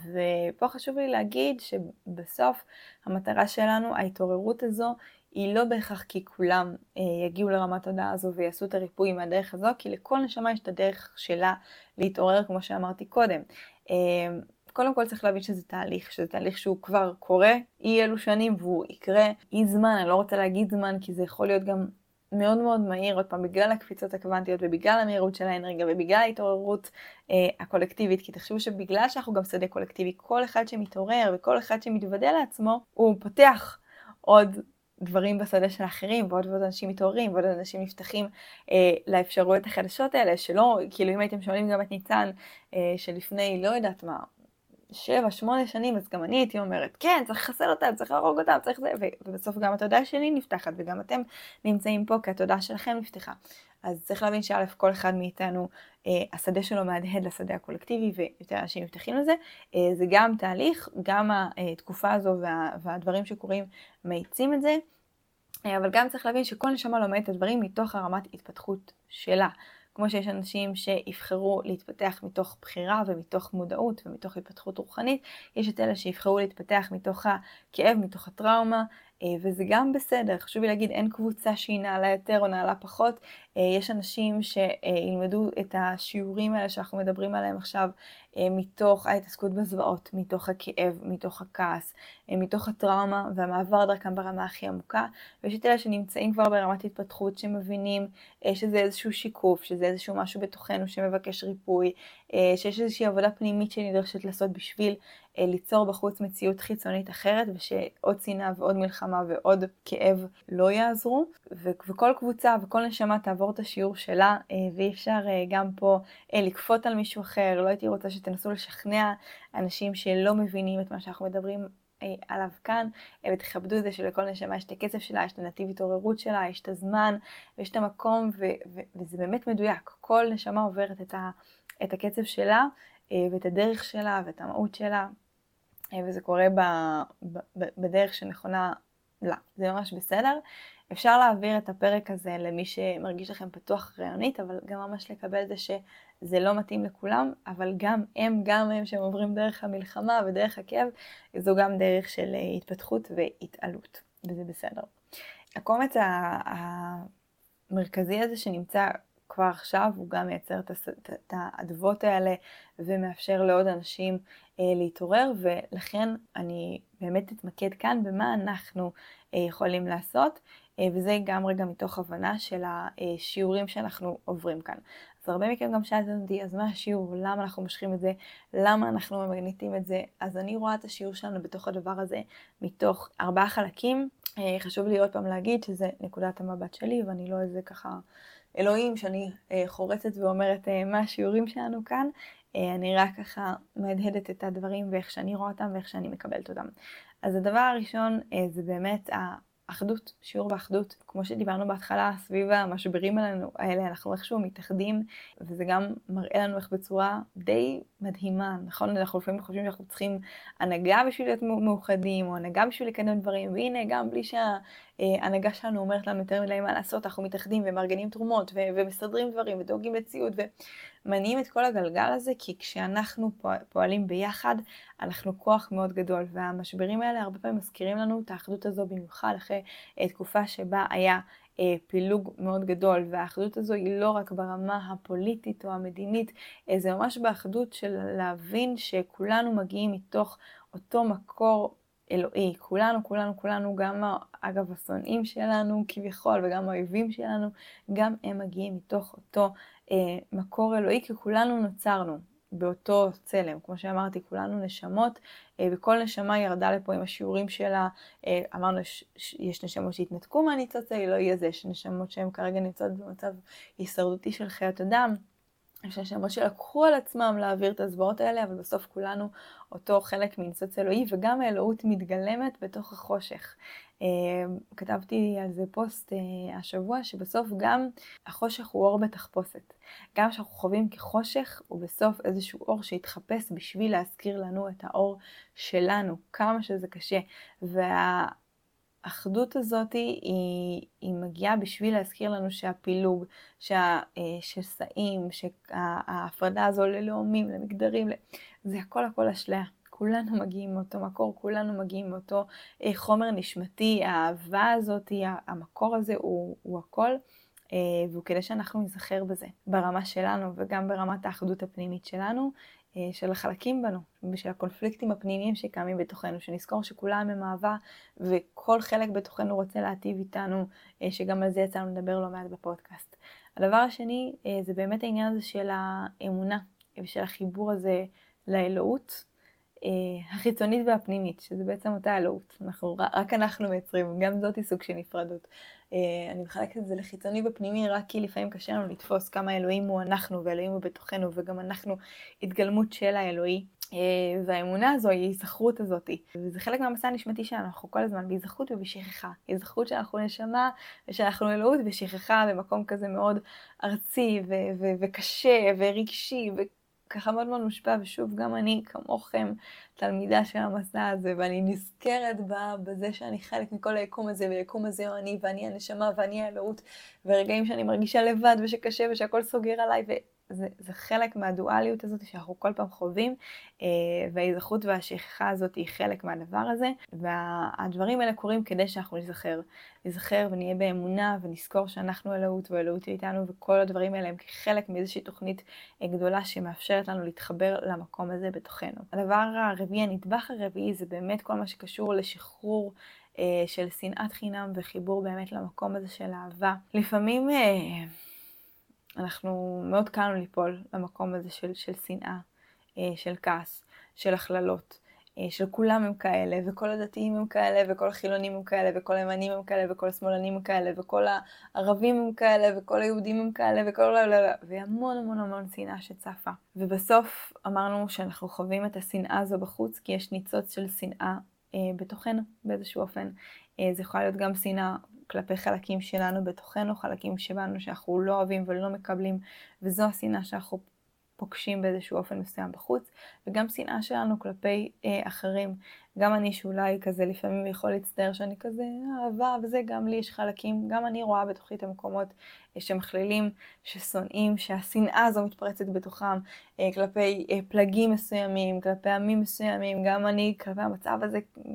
ופה חשוב לי להגיד שבסוף המטרה שלנו, ההתעוררות הזו, היא לא בהכרח כי כולם אה, יגיעו לרמת תודעה הזו ויעשו את הריפוי מהדרך הזו, כי לכל נשמה יש את הדרך שלה להתעורר, כמו שאמרתי קודם. אה, קודם כל צריך להבין שזה תהליך, שזה תהליך שהוא כבר קורה, אי אלו שנים והוא יקרה אי זמן, אני לא רוצה להגיד זמן, כי זה יכול להיות גם מאוד מאוד מהיר, עוד פעם, בגלל הקפיצות הקוונטיות ובגלל המהירות של האנרגיה ובגלל ההתעוררות אה, הקולקטיבית, כי תחשבו שבגלל שאנחנו גם שדה קולקטיבי, כל אחד שמתעורר וכל אחד שמתוודע לעצמו, הוא פותח עוד דברים בשדה של האחרים, ועוד ועוד אנשים מתעוררים, ועוד אנשים נפתחים אה, לאפשרויות החדשות האלה, שלא, כאילו אם הייתם שואלים גם את ניצן, אה, שלפני, לא יודעת מה, שבע, שמונה שנים, אז גם אני הייתי אומרת, כן, צריך לחסל אותם, צריך להרוג אותם, צריך זה, ובסוף גם התודעה שלי נפתחת, וגם אתם נמצאים פה, כי התודעה שלכם נפתחה. אז צריך להבין שא' כל אחד מאיתנו, אה, השדה שלו מהדהד לשדה הקולקטיבי, ויותר אנשים נפתחים לזה. אה, זה גם תהליך, גם התקופה הזו וה, והדברים שקורים מאיצים את זה, אה, אבל גם צריך להבין שכל נשמה לומד את הדברים מתוך הרמת התפתחות שלה. כמו שיש אנשים שיבחרו להתפתח מתוך בחירה ומתוך מודעות ומתוך התפתחות רוחנית, יש את אלה שיבחרו להתפתח מתוך הכאב, מתוך הטראומה, וזה גם בסדר. חשוב לי להגיד, אין קבוצה שהיא נעלה יותר או נעלה פחות. יש אנשים שילמדו את השיעורים האלה שאנחנו מדברים עליהם עכשיו, מתוך ההתעסקות בזוועות, מתוך הכאב, מתוך הכעס, מתוך הטראומה והמעבר דרכם ברמה הכי עמוקה. ויש את אלה שנמצאים כבר ברמת התפתחות, שמבינים שזה איזשהו שיקוף, שזה איזשהו משהו בתוכנו שמבקש ריפוי, שיש איזושהי עבודה פנימית שנדרשת לעשות בשביל ליצור בחוץ מציאות חיצונית אחרת, ושעוד צנעה ועוד מלחמה ועוד כאב לא יעזרו. ו- וכל קבוצה וכל נשמה תעבור את השיעור שלה, ואי אפשר גם פה לקפות על מישהו אחר. לא הייתי רוצה שתנסו לשכנע אנשים שלא מבינים את מה שאנחנו מדברים עליו כאן, ותכבדו את זה שלכל נשמה יש את הקצב שלה, יש את הנתיב התעוררות שלה, יש את הזמן ויש את המקום, ו- ו- וזה באמת מדויק. כל נשמה עוברת את, ה- את הקצב שלה ואת הדרך שלה ואת המהות שלה, וזה קורה ב, ב, ב, בדרך שנכונה לה. זה ממש בסדר. אפשר להעביר את הפרק הזה למי שמרגיש לכם פתוח רעיונית, אבל גם ממש לקבל את זה שזה לא מתאים לכולם, אבל גם הם, גם הם שהם עוברים דרך המלחמה ודרך הכאב, זו גם דרך של התפתחות והתעלות, וזה בסדר. הקומץ המרכזי הזה שנמצא כבר עכשיו, הוא גם מייצר את האדוות האלה ומאפשר לעוד אנשים להתעורר, ולכן אני באמת אתמקד כאן במה אנחנו יכולים לעשות, וזה גם רגע מתוך הבנה של השיעורים שאנחנו עוברים כאן. אז הרבה מכם גם שאלתם אותי, אז מה השיעור? למה אנחנו משכים את זה? למה אנחנו ממגניטים את זה? אז אני רואה את השיעור שלנו בתוך הדבר הזה מתוך ארבעה חלקים. חשוב לי עוד פעם להגיד שזה נקודת המבט שלי, ואני לא איזה ככה אלוהים שאני חורצת ואומרת מה השיעורים שלנו כאן. אני רק ככה מהדהדת את הדברים ואיך שאני רואה אותם ואיך שאני מקבלת אותם. אז הדבר הראשון זה באמת האחדות, שיעור באחדות. כמו שדיברנו בהתחלה, סביב המשברים האלה אנחנו איכשהו מתאחדים, וזה גם מראה לנו איך בצורה די מדהימה. נכון, אנחנו לפעמים חושבים שאנחנו צריכים הנהגה בשביל להיות מאוחדים, או הנהגה בשביל לקדם דברים, והנה גם בלי שההנהגה שלנו אומרת לנו יותר מדי מה לעשות, אנחנו מתאחדים ומארגנים תרומות ו- ומסדרים דברים ודואגים לציוד ומניעים את כל הגלגל הזה, כי כשאנחנו פועלים ביחד, אנחנו כוח מאוד גדול, והמשברים האלה הרבה פעמים מזכירים לנו את האחדות הזו, במיוחד אחרי תקופה שבה היה פילוג מאוד גדול, והאחדות הזו היא לא רק ברמה הפוליטית או המדינית, זה ממש באחדות של להבין שכולנו מגיעים מתוך אותו מקור אלוהי. כולנו, כולנו, כולנו, גם אגב השונאים שלנו כביכול וגם האויבים שלנו, גם הם מגיעים מתוך אותו אה, מקור אלוהי, כי כולנו נוצרנו באותו צלם. כמו שאמרתי, כולנו נשמות, אה, וכל נשמה ירדה לפה עם השיעורים שלה. אה, אמרנו, יש, יש נשמות שהתנתקו מהניצוץ האלוהי הזה, יש נשמות שהן כרגע נמצאות במצב הישרדותי של חיות אדם. יש נשמות שלקחו על עצמם להעביר את הזוועות האלה, אבל בסוף כולנו אותו חלק מניצוץ אלוהי, וגם האלוהות מתגלמת בתוך החושך. כתבתי על זה פוסט השבוע, שבסוף גם החושך הוא אור בתחפושת. גם שאנחנו חווים כחושך, הוא בסוף איזשהו אור שהתחפש בשביל להזכיר לנו את האור שלנו, כמה שזה קשה. והאחדות הזאת היא, היא מגיעה בשביל להזכיר לנו שהפילוג, שהשסעים, שההפרדה הזו ללאומים, למגדרים, זה הכל הכל אשליה. כולנו מגיעים מאותו מקור, כולנו מגיעים מאותו אה, חומר נשמתי, האהבה הזאת, המקור הזה הוא, הוא הכל, אה, והוא כדי שאנחנו נזכר בזה, ברמה שלנו וגם ברמת האחדות הפנימית שלנו, אה, של החלקים בנו, ושל הקונפליקטים הפנימיים שקיימים בתוכנו, שנזכור שכולם הם אהבה, וכל חלק בתוכנו רוצה להטיב איתנו, אה, שגם על זה יצאנו לדבר לא מעט בפודקאסט. הדבר השני, אה, זה באמת העניין הזה של האמונה, ושל החיבור הזה לאלוהות, החיצונית והפנימית, שזה בעצם אותה אלוהות. אנחנו, רק אנחנו מייצרים, גם זאת היא סוג של נפרדות. אני מחלקת את זה לחיצוני ופנימי, רק כי לפעמים קשה לנו לתפוס כמה אלוהים הוא אנחנו, ואלוהים הוא בתוכנו, וגם אנחנו התגלמות של האלוהי. והאמונה הזו היא הזכרות הזאת. וזה חלק מהמסע הנשמתי שלנו, אנחנו כל הזמן בהזכרות ובשכחה. הזכרות שאנחנו נשמה, ושאנחנו אלוהות בשכחה, במקום כזה מאוד ארצי ו- ו- וקשה ורגשי ו... ככה מאוד מאוד מושפע, ושוב, גם אני כמוכם תלמידה של המסע הזה, ואני נזכרת בה בזה שאני חלק מכל היקום הזה, ויקום הזה הוא אני, ואני הנשמה, ואני האלוהות, ורגעים שאני מרגישה לבד, ושקשה, ושהכל סוגר עליי, וזה זה חלק מהדואליות הזאת שאנחנו כל פעם חווים, וההיזכרות והשכחה הזאת היא חלק מהדבר הזה, והדברים האלה קורים כדי שאנחנו נזכר. נזכר ונהיה באמונה, ונזכור שאנחנו אלוהות, ואלוהות איתנו, וכל הדברים האלה הם כחלק מאיזושהי תוכנית גדולה שמאפשרת לנו להתחבר למקום הזה בתוכנו. הדבר הרביעי, הנדבך הרביעי, זה באמת כל מה שקשור לשחרור אה, של שנאת חינם, וחיבור באמת למקום הזה של אהבה. לפעמים אה, אנחנו מאוד קל לנו ליפול למקום הזה של, של שנאה, אה, של כעס, של הכללות. של כולם הם כאלה, וכל הדתיים הם כאלה, וכל החילונים הם כאלה, וכל הימנים הם כאלה, וכל השמאלנים הם כאלה, וכל הערבים הם כאלה, וכל היהודים הם כאלה, וכל... והמון המון המון שנאה שצפה. ובסוף אמרנו שאנחנו חווים את השנאה הזו בחוץ, כי יש ניצוץ של שנאה אה, בתוכנו, באיזשהו אופן. אה, זה יכול להיות גם שנאה כלפי חלקים שלנו בתוכנו, חלקים שבנו שאנחנו לא אוהבים ולא מקבלים, וזו השנאה שאנחנו פוגשים באיזשהו אופן מסוים בחוץ, וגם שנאה שלנו כלפי אה, אחרים. גם אני שאולי כזה לפעמים יכול להצטער שאני כזה אהבה, וזה גם לי יש חלקים, גם אני רואה בתוכי את המקומות אה, שמכלילים, ששונאים, שהשנאה הזו מתפרצת בתוכם, אה, כלפי אה, פלגים מסוימים, כלפי עמים מסוימים, גם אני כלפי המצב הזה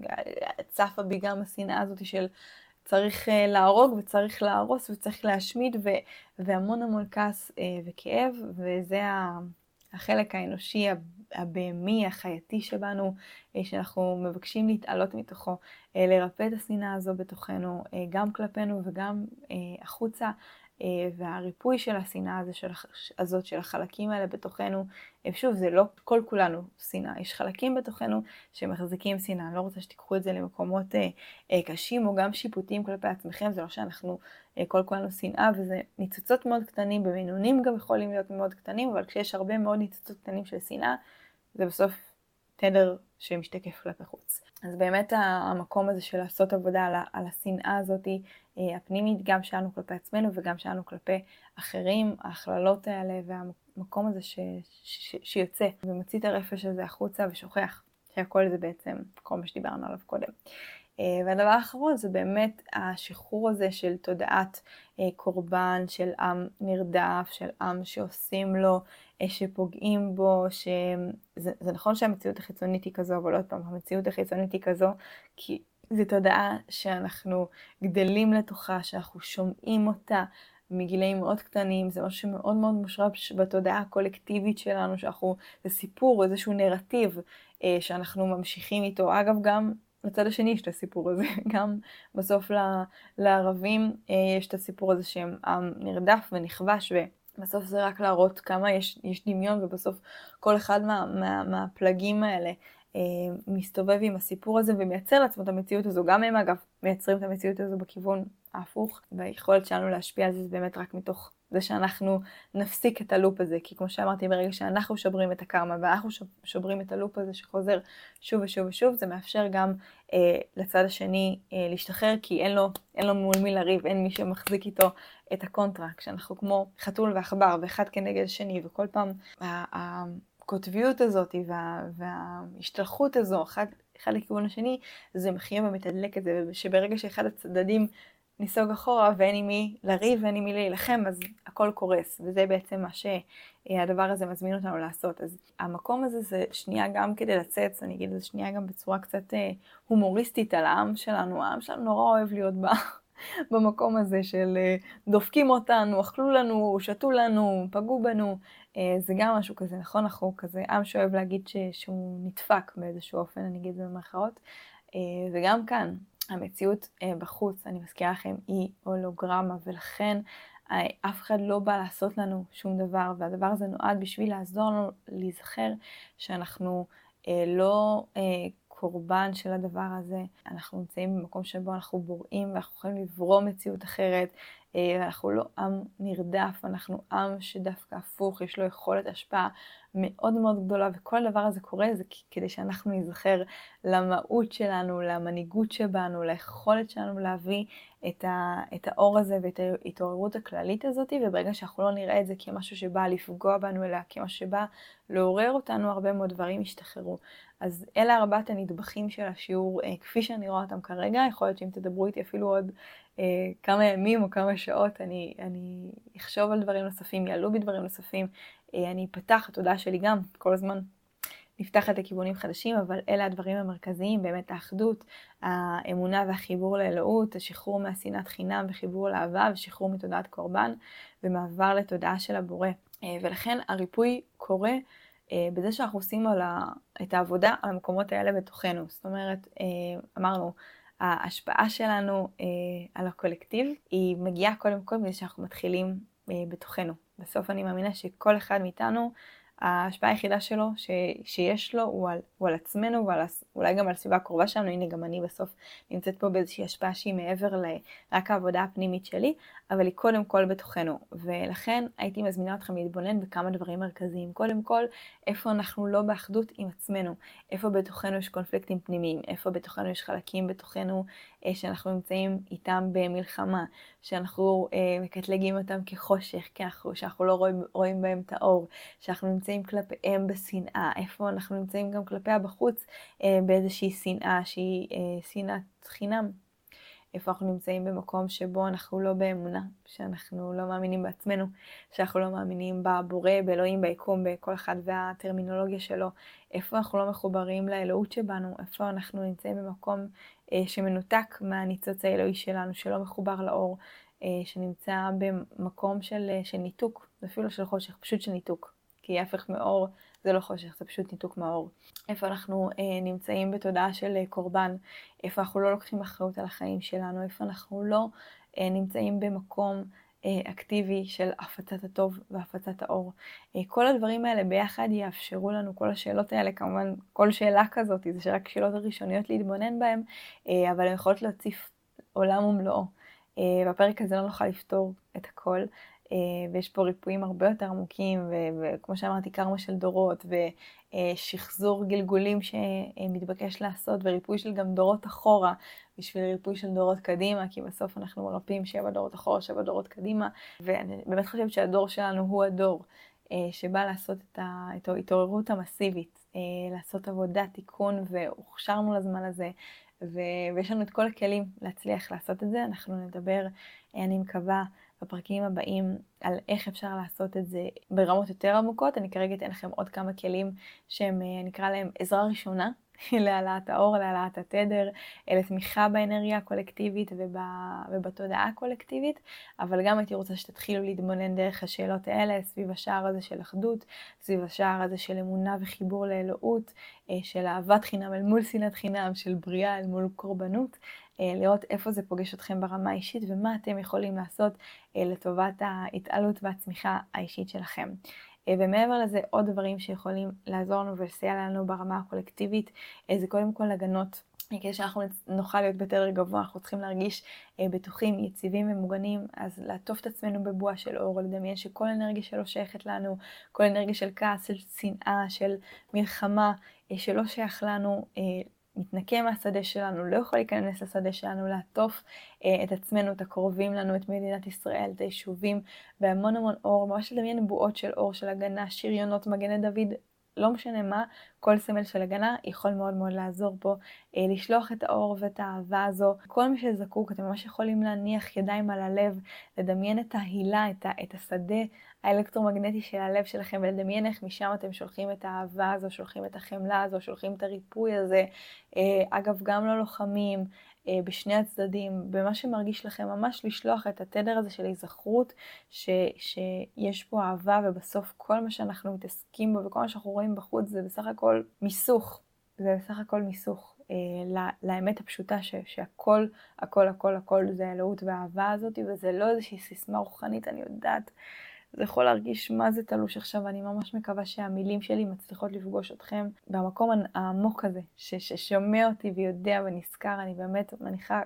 צפה בי גם השנאה הזאת של צריך להרוג וצריך להרוס וצריך להשמיד, ו- והמון המון כעס וכאב, וזה החלק האנושי הבהמי, החייתי שבנו, שאנחנו מבקשים להתעלות מתוכו, לרפא את השנאה הזו בתוכנו, גם כלפינו וגם החוצה, והריפוי של השנאה הזאת, של החלקים האלה בתוכנו, שוב, זה לא כל כולנו שנאה, יש חלקים בתוכנו שמחזיקים שנאה. אני לא רוצה שתיקחו את זה למקומות קשים או גם שיפוטיים כלפי עצמכם, זה לא שאנחנו כל כולנו שנאה, וזה ניצוצות מאוד קטנים, במינונים גם יכולים להיות מאוד קטנים, אבל כשיש הרבה מאוד ניצוצות קטנים של שנאה, זה בסוף תדר שמשתקף כלפי חוץ. אז באמת המקום הזה של לעשות עבודה על, על השנאה הזאת הפנימית, גם שלנו כלפי עצמנו וגם שלנו כלפי אחרים, ההכללות האלה והמקום הזה ש, ש, שיוצא ומציא את הרפש הזה החוצה ושוכח שהכל זה בעצם כל מה שדיברנו עליו קודם. והדבר האחרון זה באמת השחרור הזה של תודעת קורבן, של עם נרדף, של עם שעושים לו, שפוגעים בו, שזה זה נכון שהמציאות החיצונית היא כזו, אבל עוד פעם, המציאות החיצונית היא כזו, כי זו תודעה שאנחנו גדלים לתוכה, שאנחנו שומעים אותה מגילאים מאוד קטנים, זה משהו שמאוד מאוד מושרש בתודעה הקולקטיבית שלנו, שאנחנו, זה סיפור, איזשהו נרטיב שאנחנו ממשיכים איתו. אגב, גם לצד השני יש את הסיפור הזה, גם בסוף לערבים יש את הסיפור הזה שהם עם נרדף ונכבש, ובסוף זה רק להראות כמה יש, יש דמיון, ובסוף כל אחד מה, מה, מהפלגים האלה מסתובב עם הסיפור הזה ומייצר לעצמו את המציאות הזו. גם הם אגב מייצרים את המציאות הזו בכיוון ההפוך, והיכולת שלנו להשפיע על זה זה באמת רק מתוך זה שאנחנו נפסיק את הלופ הזה, כי כמו שאמרתי, ברגע שאנחנו שוברים את הקרמה ואנחנו שוברים את הלופ הזה שחוזר שוב ושוב ושוב, זה מאפשר גם אה, לצד השני אה, להשתחרר, כי אין לו, אין לו מול מי לריב, אין מי שמחזיק איתו את הקונטרה, כשאנחנו כמו חתול ועכבר ואחד כנגד השני, וכל פעם הקוטביות הזאת וה, וההשתלחות הזו, אחד, אחד לכיוון השני, זה מחיה ומתדלק את זה, שברגע שאחד הצדדים ניסוג אחורה ואין עם מי לריב ואין עם מי להילחם, אז הכל קורס, וזה בעצם מה שהדבר הזה מזמין אותנו לעשות. אז המקום הזה זה שנייה גם כדי לצאת, אני אגיד את זה שנייה גם בצורה קצת הומוריסטית על העם שלנו, העם שלנו נורא אוהב להיות בה. במקום הזה של דופקים אותנו, אכלו לנו, שתו לנו, פגעו בנו, זה גם משהו כזה, נכון? אנחנו כזה עם שאוהב להגיד ש- שהוא נדפק באיזשהו אופן, אני אגיד את זה במרכאות, וגם כאן, המציאות בחוץ, אני מזכירה לכם, היא הולוגרמה, ולכן אף אחד לא בא לעשות לנו שום דבר, והדבר הזה נועד בשביל לעזור לנו להיזכר שאנחנו לא קורבן של הדבר הזה. אנחנו נמצאים במקום שבו אנחנו בוראים ואנחנו יכולים לברוא מציאות אחרת, ואנחנו לא עם נרדף, אנחנו עם שדווקא הפוך, יש לו יכולת השפעה מאוד מאוד גדולה, וכל הדבר הזה קורה זה כדי שאנחנו נזכר למהות שלנו, למנהיגות שבנו, ליכולת שלנו להביא את, ה, את האור הזה ואת ההתעוררות הכללית הזאת, וברגע שאנחנו לא נראה את זה כמשהו שבא לפגוע בנו, אלא כמשהו שבא לעורר אותנו, הרבה מאוד דברים ישתחררו. אז אלה ארבעת הנדבכים של השיעור, כפי שאני רואה אותם כרגע. יכול להיות שאם תדברו איתי אפילו עוד אה, כמה ימים או כמה שעות, אני, אני אחשוב על דברים נוספים, יעלו בי דברים נוספים, אה, אני אפתח, התודעה שלי גם כל הזמן נפתחת לכיוונים חדשים, אבל אלה הדברים המרכזיים, באמת האחדות, האמונה והחיבור לאלוהות, השחרור מהשנאת חינם וחיבור לאהבה, ושחרור מתודעת קורבן ומעבר לתודעה של הבורא. אה, ולכן הריפוי קורה בזה שאנחנו עושים על ה... את העבודה על המקומות האלה בתוכנו. זאת אומרת, אמרנו, ההשפעה שלנו על הקולקטיב היא מגיעה קודם כל בזה שאנחנו מתחילים בתוכנו. בסוף אני מאמינה שכל אחד מאיתנו, ההשפעה היחידה שלו ש... שיש לו הוא על, הוא על עצמנו ועל, אולי גם על הסביבה הקרובה שלנו. הנה גם אני בסוף נמצאת פה באיזושהי השפעה שהיא מעבר לרק העבודה הפנימית שלי, אבל היא קודם כל בתוכנו. ולכן הייתי מזמינה אתכם להתבונן בכמה דברים מרכזיים. קודם כל, איפה אנחנו לא באחדות עם עצמנו, איפה בתוכנו יש קונפליקטים פנימיים, איפה בתוכנו יש חלקים בתוכנו אה, שאנחנו נמצאים איתם במלחמה, שאנחנו אה, מקטלגים אותם כחושך, כי אנחנו, שאנחנו לא רואים, רואים בהם את האור, שאנחנו נמצאים כלפיהם בשנאה, איפה אנחנו נמצאים גם כלפיה בחוץ אה, באיזושהי שנאה שהיא אה, שנאת חינם. איפה אנחנו נמצאים במקום שבו אנחנו לא באמונה, שאנחנו לא מאמינים בעצמנו, שאנחנו לא מאמינים בבורא, באלוהים, ביקום, בכל אחד והטרמינולוגיה שלו. איפה אנחנו לא מחוברים לאלוהות שבנו, איפה אנחנו נמצאים במקום אה, שמנותק מהניצוץ האלוהי שלנו, שלא מחובר לאור, אה, שנמצא במקום של, של ניתוק, אפילו של חושך, פשוט של ניתוק. כי ההפך מאור זה לא חושך, זה פשוט ניתוק מהאור. איפה אנחנו אה, נמצאים בתודעה של אה, קורבן, איפה אנחנו לא לוקחים אחריות על החיים שלנו, איפה אנחנו לא אה, נמצאים במקום אה, אקטיבי של הפצת הטוב והפצת האור. אה, כל הדברים האלה ביחד יאפשרו לנו, כל השאלות האלה, כמובן כל שאלה כזאת, זה שרק שאלות הראשוניות להתבונן בהן, אה, אבל הן יכולות להציף עולם ומלואו. אה, בפרק הזה לא נוכל לפתור את הכל, ויש פה ריפויים הרבה יותר עמוקים, וכמו שאמרתי, קרמה של דורות, ושחזור גלגולים שמתבקש לעשות, וריפוי של גם דורות אחורה, בשביל ריפוי של דורות קדימה, כי בסוף אנחנו מרפאים שבע דורות אחורה, שבע דורות קדימה, ואני באמת חושבת שהדור שלנו הוא הדור שבא לעשות את ההתעוררות המסיבית, לעשות עבודת תיקון, והוכשרנו לזמן הזה, ויש לנו את כל הכלים להצליח לעשות את זה. אנחנו נדבר, אני מקווה, בפרקים הבאים על איך אפשר לעשות את זה ברמות יותר עמוקות. אני כרגע אתן לכם עוד כמה כלים שהם, נקרא להם עזרה ראשונה, להעלאת האור, להעלאת התדר, לתמיכה באנרגיה הקולקטיבית ובתודעה הקולקטיבית, אבל גם הייתי רוצה שתתחילו להתבונן דרך השאלות האלה, סביב השער הזה של אחדות, סביב השער הזה של אמונה וחיבור לאלוהות, של אהבת חינם אל מול שנאת חינם, של בריאה אל מול קורבנות, לראות איפה זה פוגש אתכם ברמה האישית ומה אתם יכולים לעשות לטובת ההתעלות והצמיחה האישית שלכם. ומעבר לזה, עוד דברים שיכולים לעזור לנו ולסייע לנו ברמה הקולקטיבית, זה קודם כל הגנות כדי שאנחנו נוכל להיות בתדר גבוה, אנחנו צריכים להרגיש אה, בטוחים, יציבים ומוגנים, אז לעטוף את עצמנו בבועה של אור, לדמיין שכל אנרגיה שלא שייכת לנו, כל אנרגיה של כעס, של שנאה, של מלחמה, אה, שלא שייך לנו, אה, מתנקה מהשדה שלנו, לא יכול להיכנס לשדה שלנו, לעטוף אה, את עצמנו, את הקרובים לנו, את מדינת ישראל, את היישובים, בהמון המון אור, ממש לדמיין בועות של אור, של הגנה, שריונות, מגני דוד, לא משנה מה, כל סמל של הגנה יכול מאוד מאוד לעזור פה, אה, לשלוח את האור ואת האהבה הזו. כל מי שזקוק, אתם ממש יכולים להניח ידיים על הלב, לדמיין את ההילה, את, ה, את השדה האלקטרומגנטי של הלב שלכם, ולדמיין איך משם אתם שולחים את האהבה הזו, שולחים את החמלה הזו, שולחים את הריפוי הזה. אה, אגב, גם ללוחמים, אה, בשני הצדדים, במה שמרגיש לכם, ממש לשלוח את התדר הזה של ההיזכרות, ש, שיש פה אהבה, ובסוף כל מה שאנחנו מתעסקים בו, וכל מה שאנחנו רואים בחוץ, זה בסך הכל מיסוך. זה בסך הכל מיסוך אה, לאמת הפשוטה ש, שהכל, הכל, הכל, הכל זה האלוהות והאהבה הזאת, וזה לא איזושהי סיסמה רוחנית, אני יודעת. זה יכול להרגיש מה זה תלוש עכשיו, אני ממש מקווה שהמילים שלי מצליחות לפגוש אתכם במקום העמוק הזה, ש, ששומע אותי ויודע ונזכר. אני באמת מניחה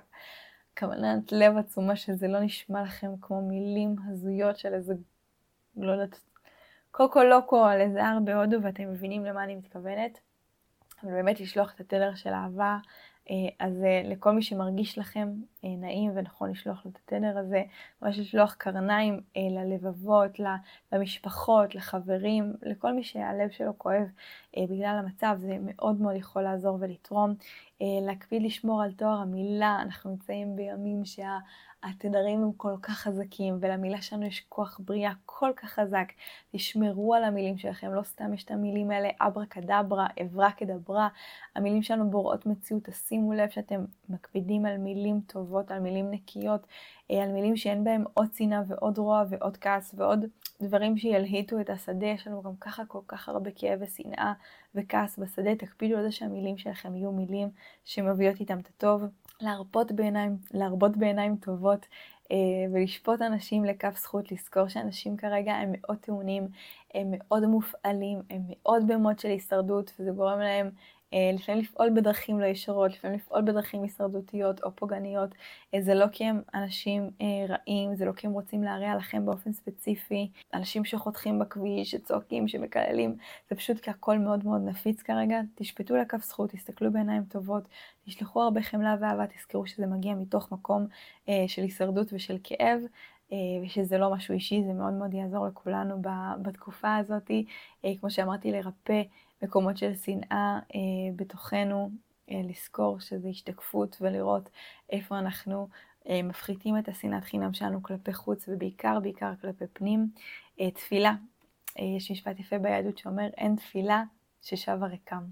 כוונת לב עצומה שזה לא נשמע לכם כמו מילים הזויות של איזה, לא יודעת, קוקו לוקו על איזה הר בהודו, ואתם מבינים למה אני מתכוונת. אבל באמת לשלוח את התדר של אהבה, אז לכל מי שמרגיש לכם נעים ונכון לשלוח לו את התדר הזה, ממש לשלוח קרניים ללבבות, למשפחות, לחברים, לכל מי שהלב שלו כואב בגלל המצב, זה מאוד מאוד יכול לעזור ולתרום. להקפיד לשמור על תואר המילה, אנחנו נמצאים בימים שה... התדרים הם כל כך חזקים, ולמילה שלנו יש כוח בריאה כל כך חזק. תשמרו על המילים שלכם, לא סתם יש את המילים האלה, אברה כדברה, אברה כדברה. המילים שלנו בוראות מציאות, תשימו לב שאתם מקפידים על מילים טובות, על מילים נקיות, על מילים שאין בהם עוד צנעה ועוד רוע ועוד כעס ועוד דברים שילהיטו את השדה. יש לנו גם ככה כל כך הרבה כאב ושנאה וכעס בשדה. תקפידו על זה שהמילים שלכם יהיו מילים שמביאות איתם את הטוב. להרפות בעיניים, להרבות בעיניים טובות אה, ולשפוט אנשים לכף זכות, לזכור שאנשים כרגע הם מאוד טעונים, הם מאוד מופעלים, הם מאוד במוד של הישרדות, וזה גורם להם אה, לפעמים לפעול בדרכים לא ישרות, לפעמים לפעול בדרכים הישרדותיות או פוגעניות. אה, זה לא כי הם אנשים אה, רעים, זה לא כי הם רוצים להרע לכם באופן ספציפי, אנשים שחותכים בכביש, שצועקים, שמקללים, זה פשוט כי הכל מאוד מאוד נפיץ כרגע. תשפטו לכף זכות, תסתכלו בעיניים טובות, תשלחו הרבה חמלה ואהבה, תזכרו שזה מגיע מתוך מקום אה, של הישרדות ושל כאב, אה, ושזה לא משהו אישי, זה מאוד מאוד יעזור לכולנו בתקופה הזאת, אה, כמו שאמרתי, לרפא מקומות של שנאה אה, בתוכנו, אה, לזכור שזה השתקפות ולראות איפה אנחנו אה, מפחיתים את השנאת חינם שלנו כלפי חוץ, ובעיקר בעיקר כלפי פנים. אה, תפילה, אה, יש משפט יפה ביהדות שאומר, אין תפילה ששבה ריקם.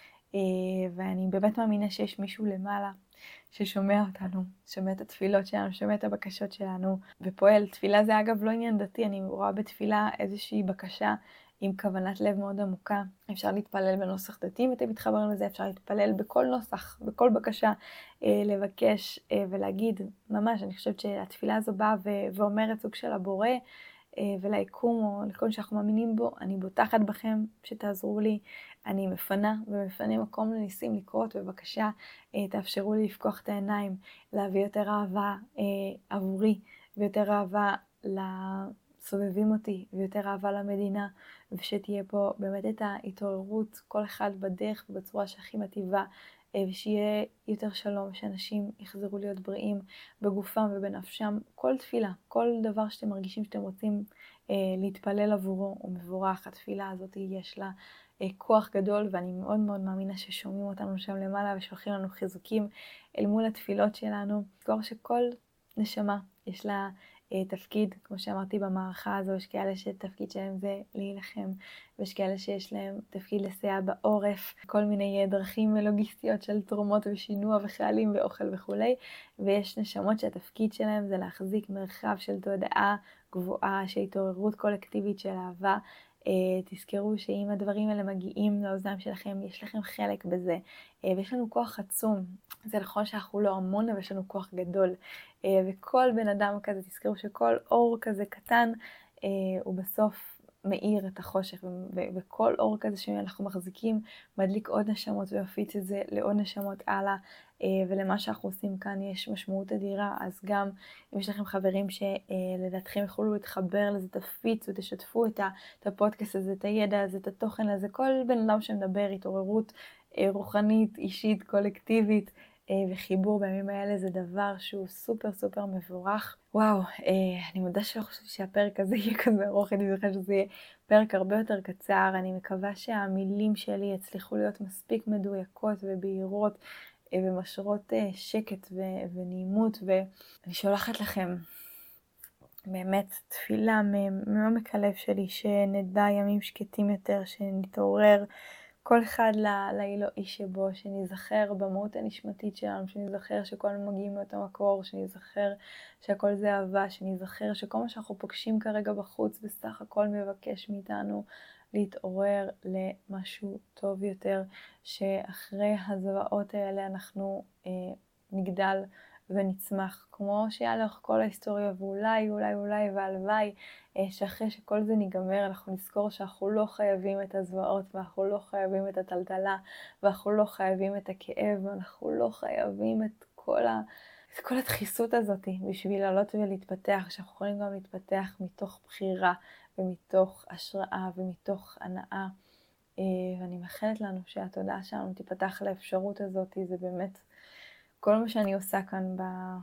ואני באמת מאמינה שיש מישהו למעלה ששומע אותנו, שומע את התפילות שלנו, שומע את הבקשות שלנו ופועל. תפילה זה אגב לא עניין דתי, אני רואה בתפילה איזושהי בקשה עם כוונת לב מאוד עמוקה. אפשר להתפלל בנוסח דתי, אם אתם מתחברים לזה, אפשר להתפלל בכל נוסח, בכל בקשה, לבקש ולהגיד. ממש, אני חושבת שהתפילה הזו באה ואומרת סוג של הבורא, וליקום או לכל שאנחנו מאמינים בו, אני בוטחת בכם שתעזרו לי, אני מפנה ומפנה מקום לניסים לקרות, בבקשה תאפשרו לי לפקוח את העיניים, להביא יותר אהבה עבורי ויותר אהבה לסובבים אותי ויותר אהבה למדינה, ושתהיה פה באמת את ההתעוררות כל אחד בדרך ובצורה שהכי מטיבה, ושיהיה יותר שלום, שאנשים יחזרו להיות בריאים בגופם ובנפשם. כל תפילה, כל דבר שאתם מרגישים שאתם רוצים אה, להתפלל עבורו הוא מבורך. התפילה הזאת יש לה אה, כוח גדול, ואני מאוד מאוד מאמינה ששומעים אותנו שם למעלה ושולחים לנו חיזוקים אל מול התפילות שלנו. זכור שכל נשמה יש לה אה, תפקיד, כמו שאמרתי במערכה הזו, יש כאלה שתפקיד שלהם זה להילחם, ויש כאלה שיש להם תפקיד לסייע בעורף, כל מיני דרכים לוגיסטיות של תרומות ושינוע וחיילים ואוכל וכו'. ויש נשמות שהתפקיד שלהם זה להחזיק מרחב של תודעה גבוהה, של התעוררות קולקטיבית של אהבה. תזכרו שאם הדברים האלה מגיעים לאוזניים שלכם, יש לכם חלק בזה, ויש לנו כוח עצום. זה נכון שאנחנו לא המון, אבל יש לנו כוח גדול, וכל בן אדם כזה, תזכרו שכל אור כזה קטן, הוא בסוף מאיר את החושך, וכל אור כזה שאנחנו מחזיקים מדליק עוד נשמות ויפיץ את זה לעוד נשמות הלאה, ולמה שאנחנו עושים כאן יש משמעות אדירה. אז גם אם יש לכם חברים שלדעתכם יכולו להתחבר לזה, תפיצו, תשתפו את הפודקאסט הזה, את הידע הזה, את התוכן הזה, כל בן אדם שמדבר, התעוררות רוחנית, אישית, קולקטיבית, וחיבור בימים האלה זה דבר שהוא סופר סופר מבורך. וואו, אני מודה שלא חושבת שהפרק הזה יהיה כזה ארוך, אני זוכרת שזה יהיה פרק הרבה יותר קצר. אני מקווה שהמילים שלי יצליחו להיות מספיק מדויקות ובהירות ומשרות שקט ונעימות, ואני שולחת לכם באמת תפילה מעומק הלב שלי שנדע ימים שקטים יותר, שנתעורר כל אחד לאלוהי שבו, שנזכר במהות הנשמתית שלנו, שנזכר שכל מגיעים מאותו מקור, שנזכר שהכל זה אהבה, שנזכר שכל מה שאנחנו פוגשים כרגע בחוץ בסך הכל מבקש מאיתנו להתעורר למשהו טוב יותר, שאחרי הזוועות האלה אנחנו אה, נגדל ונצמח, כמו שהיה לאורך כל ההיסטוריה, ואולי, אולי, אולי, והלוואי, שאחרי שכל זה ניגמר, אנחנו נזכור שאנחנו לא חייבים את הזוועות, ואנחנו לא חייבים את הטלטלה, ואנחנו לא חייבים את הכאב, ואנחנו לא חייבים את כל, ה... את כל הדחיסות הזאת בשביל לעלות ולהתפתח, שאנחנו יכולים גם להתפתח מתוך בחירה, ומתוך השראה, ומתוך הנאה. ואני מאחלת לנו שהתודעה שלנו תיפתח לאפשרות הזאת. זה באמת כל מה שאני עושה כאן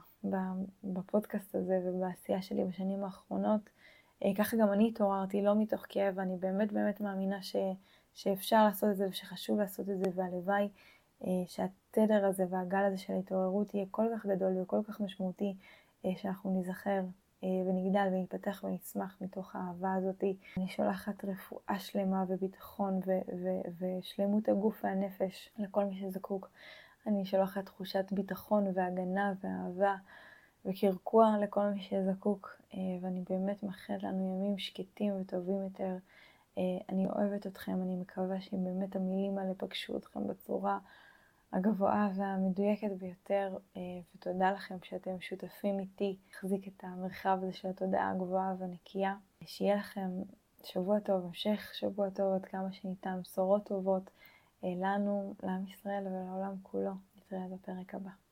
בפודקאסט הזה ובעשייה שלי בשנים האחרונות. ככה גם אני התעוררתי, לא מתוך כאב, אני באמת באמת מאמינה ש, שאפשר לעשות את זה ושחשוב לעשות את זה, והלוואי שהתדר הזה והגל הזה של ההתעוררות יהיה כל כך גדול וכל כך משמעותי, שאנחנו נזכר ונגדל ונתפתח ונצמח מתוך האהבה הזאת. אני שולחת רפואה שלמה וביטחון ו- ו- ושלמות הגוף והנפש לכל מי שזקוק. אני שולחת תחושת ביטחון והגנה ואהבה וקרקוע לכל מי שזקוק, ואני באמת מאחלת לנו ימים שקטים וטובים יותר. אני אוהבת אתכם, אני מקווה שבאמת המילים האלה פגשו אתכם בצורה הגבוהה והמדויקת ביותר, ותודה לכם שאתם שותפים איתי להחזיק את המרחב הזה של התודעה הגבוהה והנקייה. שיהיה לכם שבוע טוב, המשך שבוע טוב עד כמה שניתן, בשורות טובות לנו, לעם ישראל ולעולם כולו. נתראה בפרק הבא.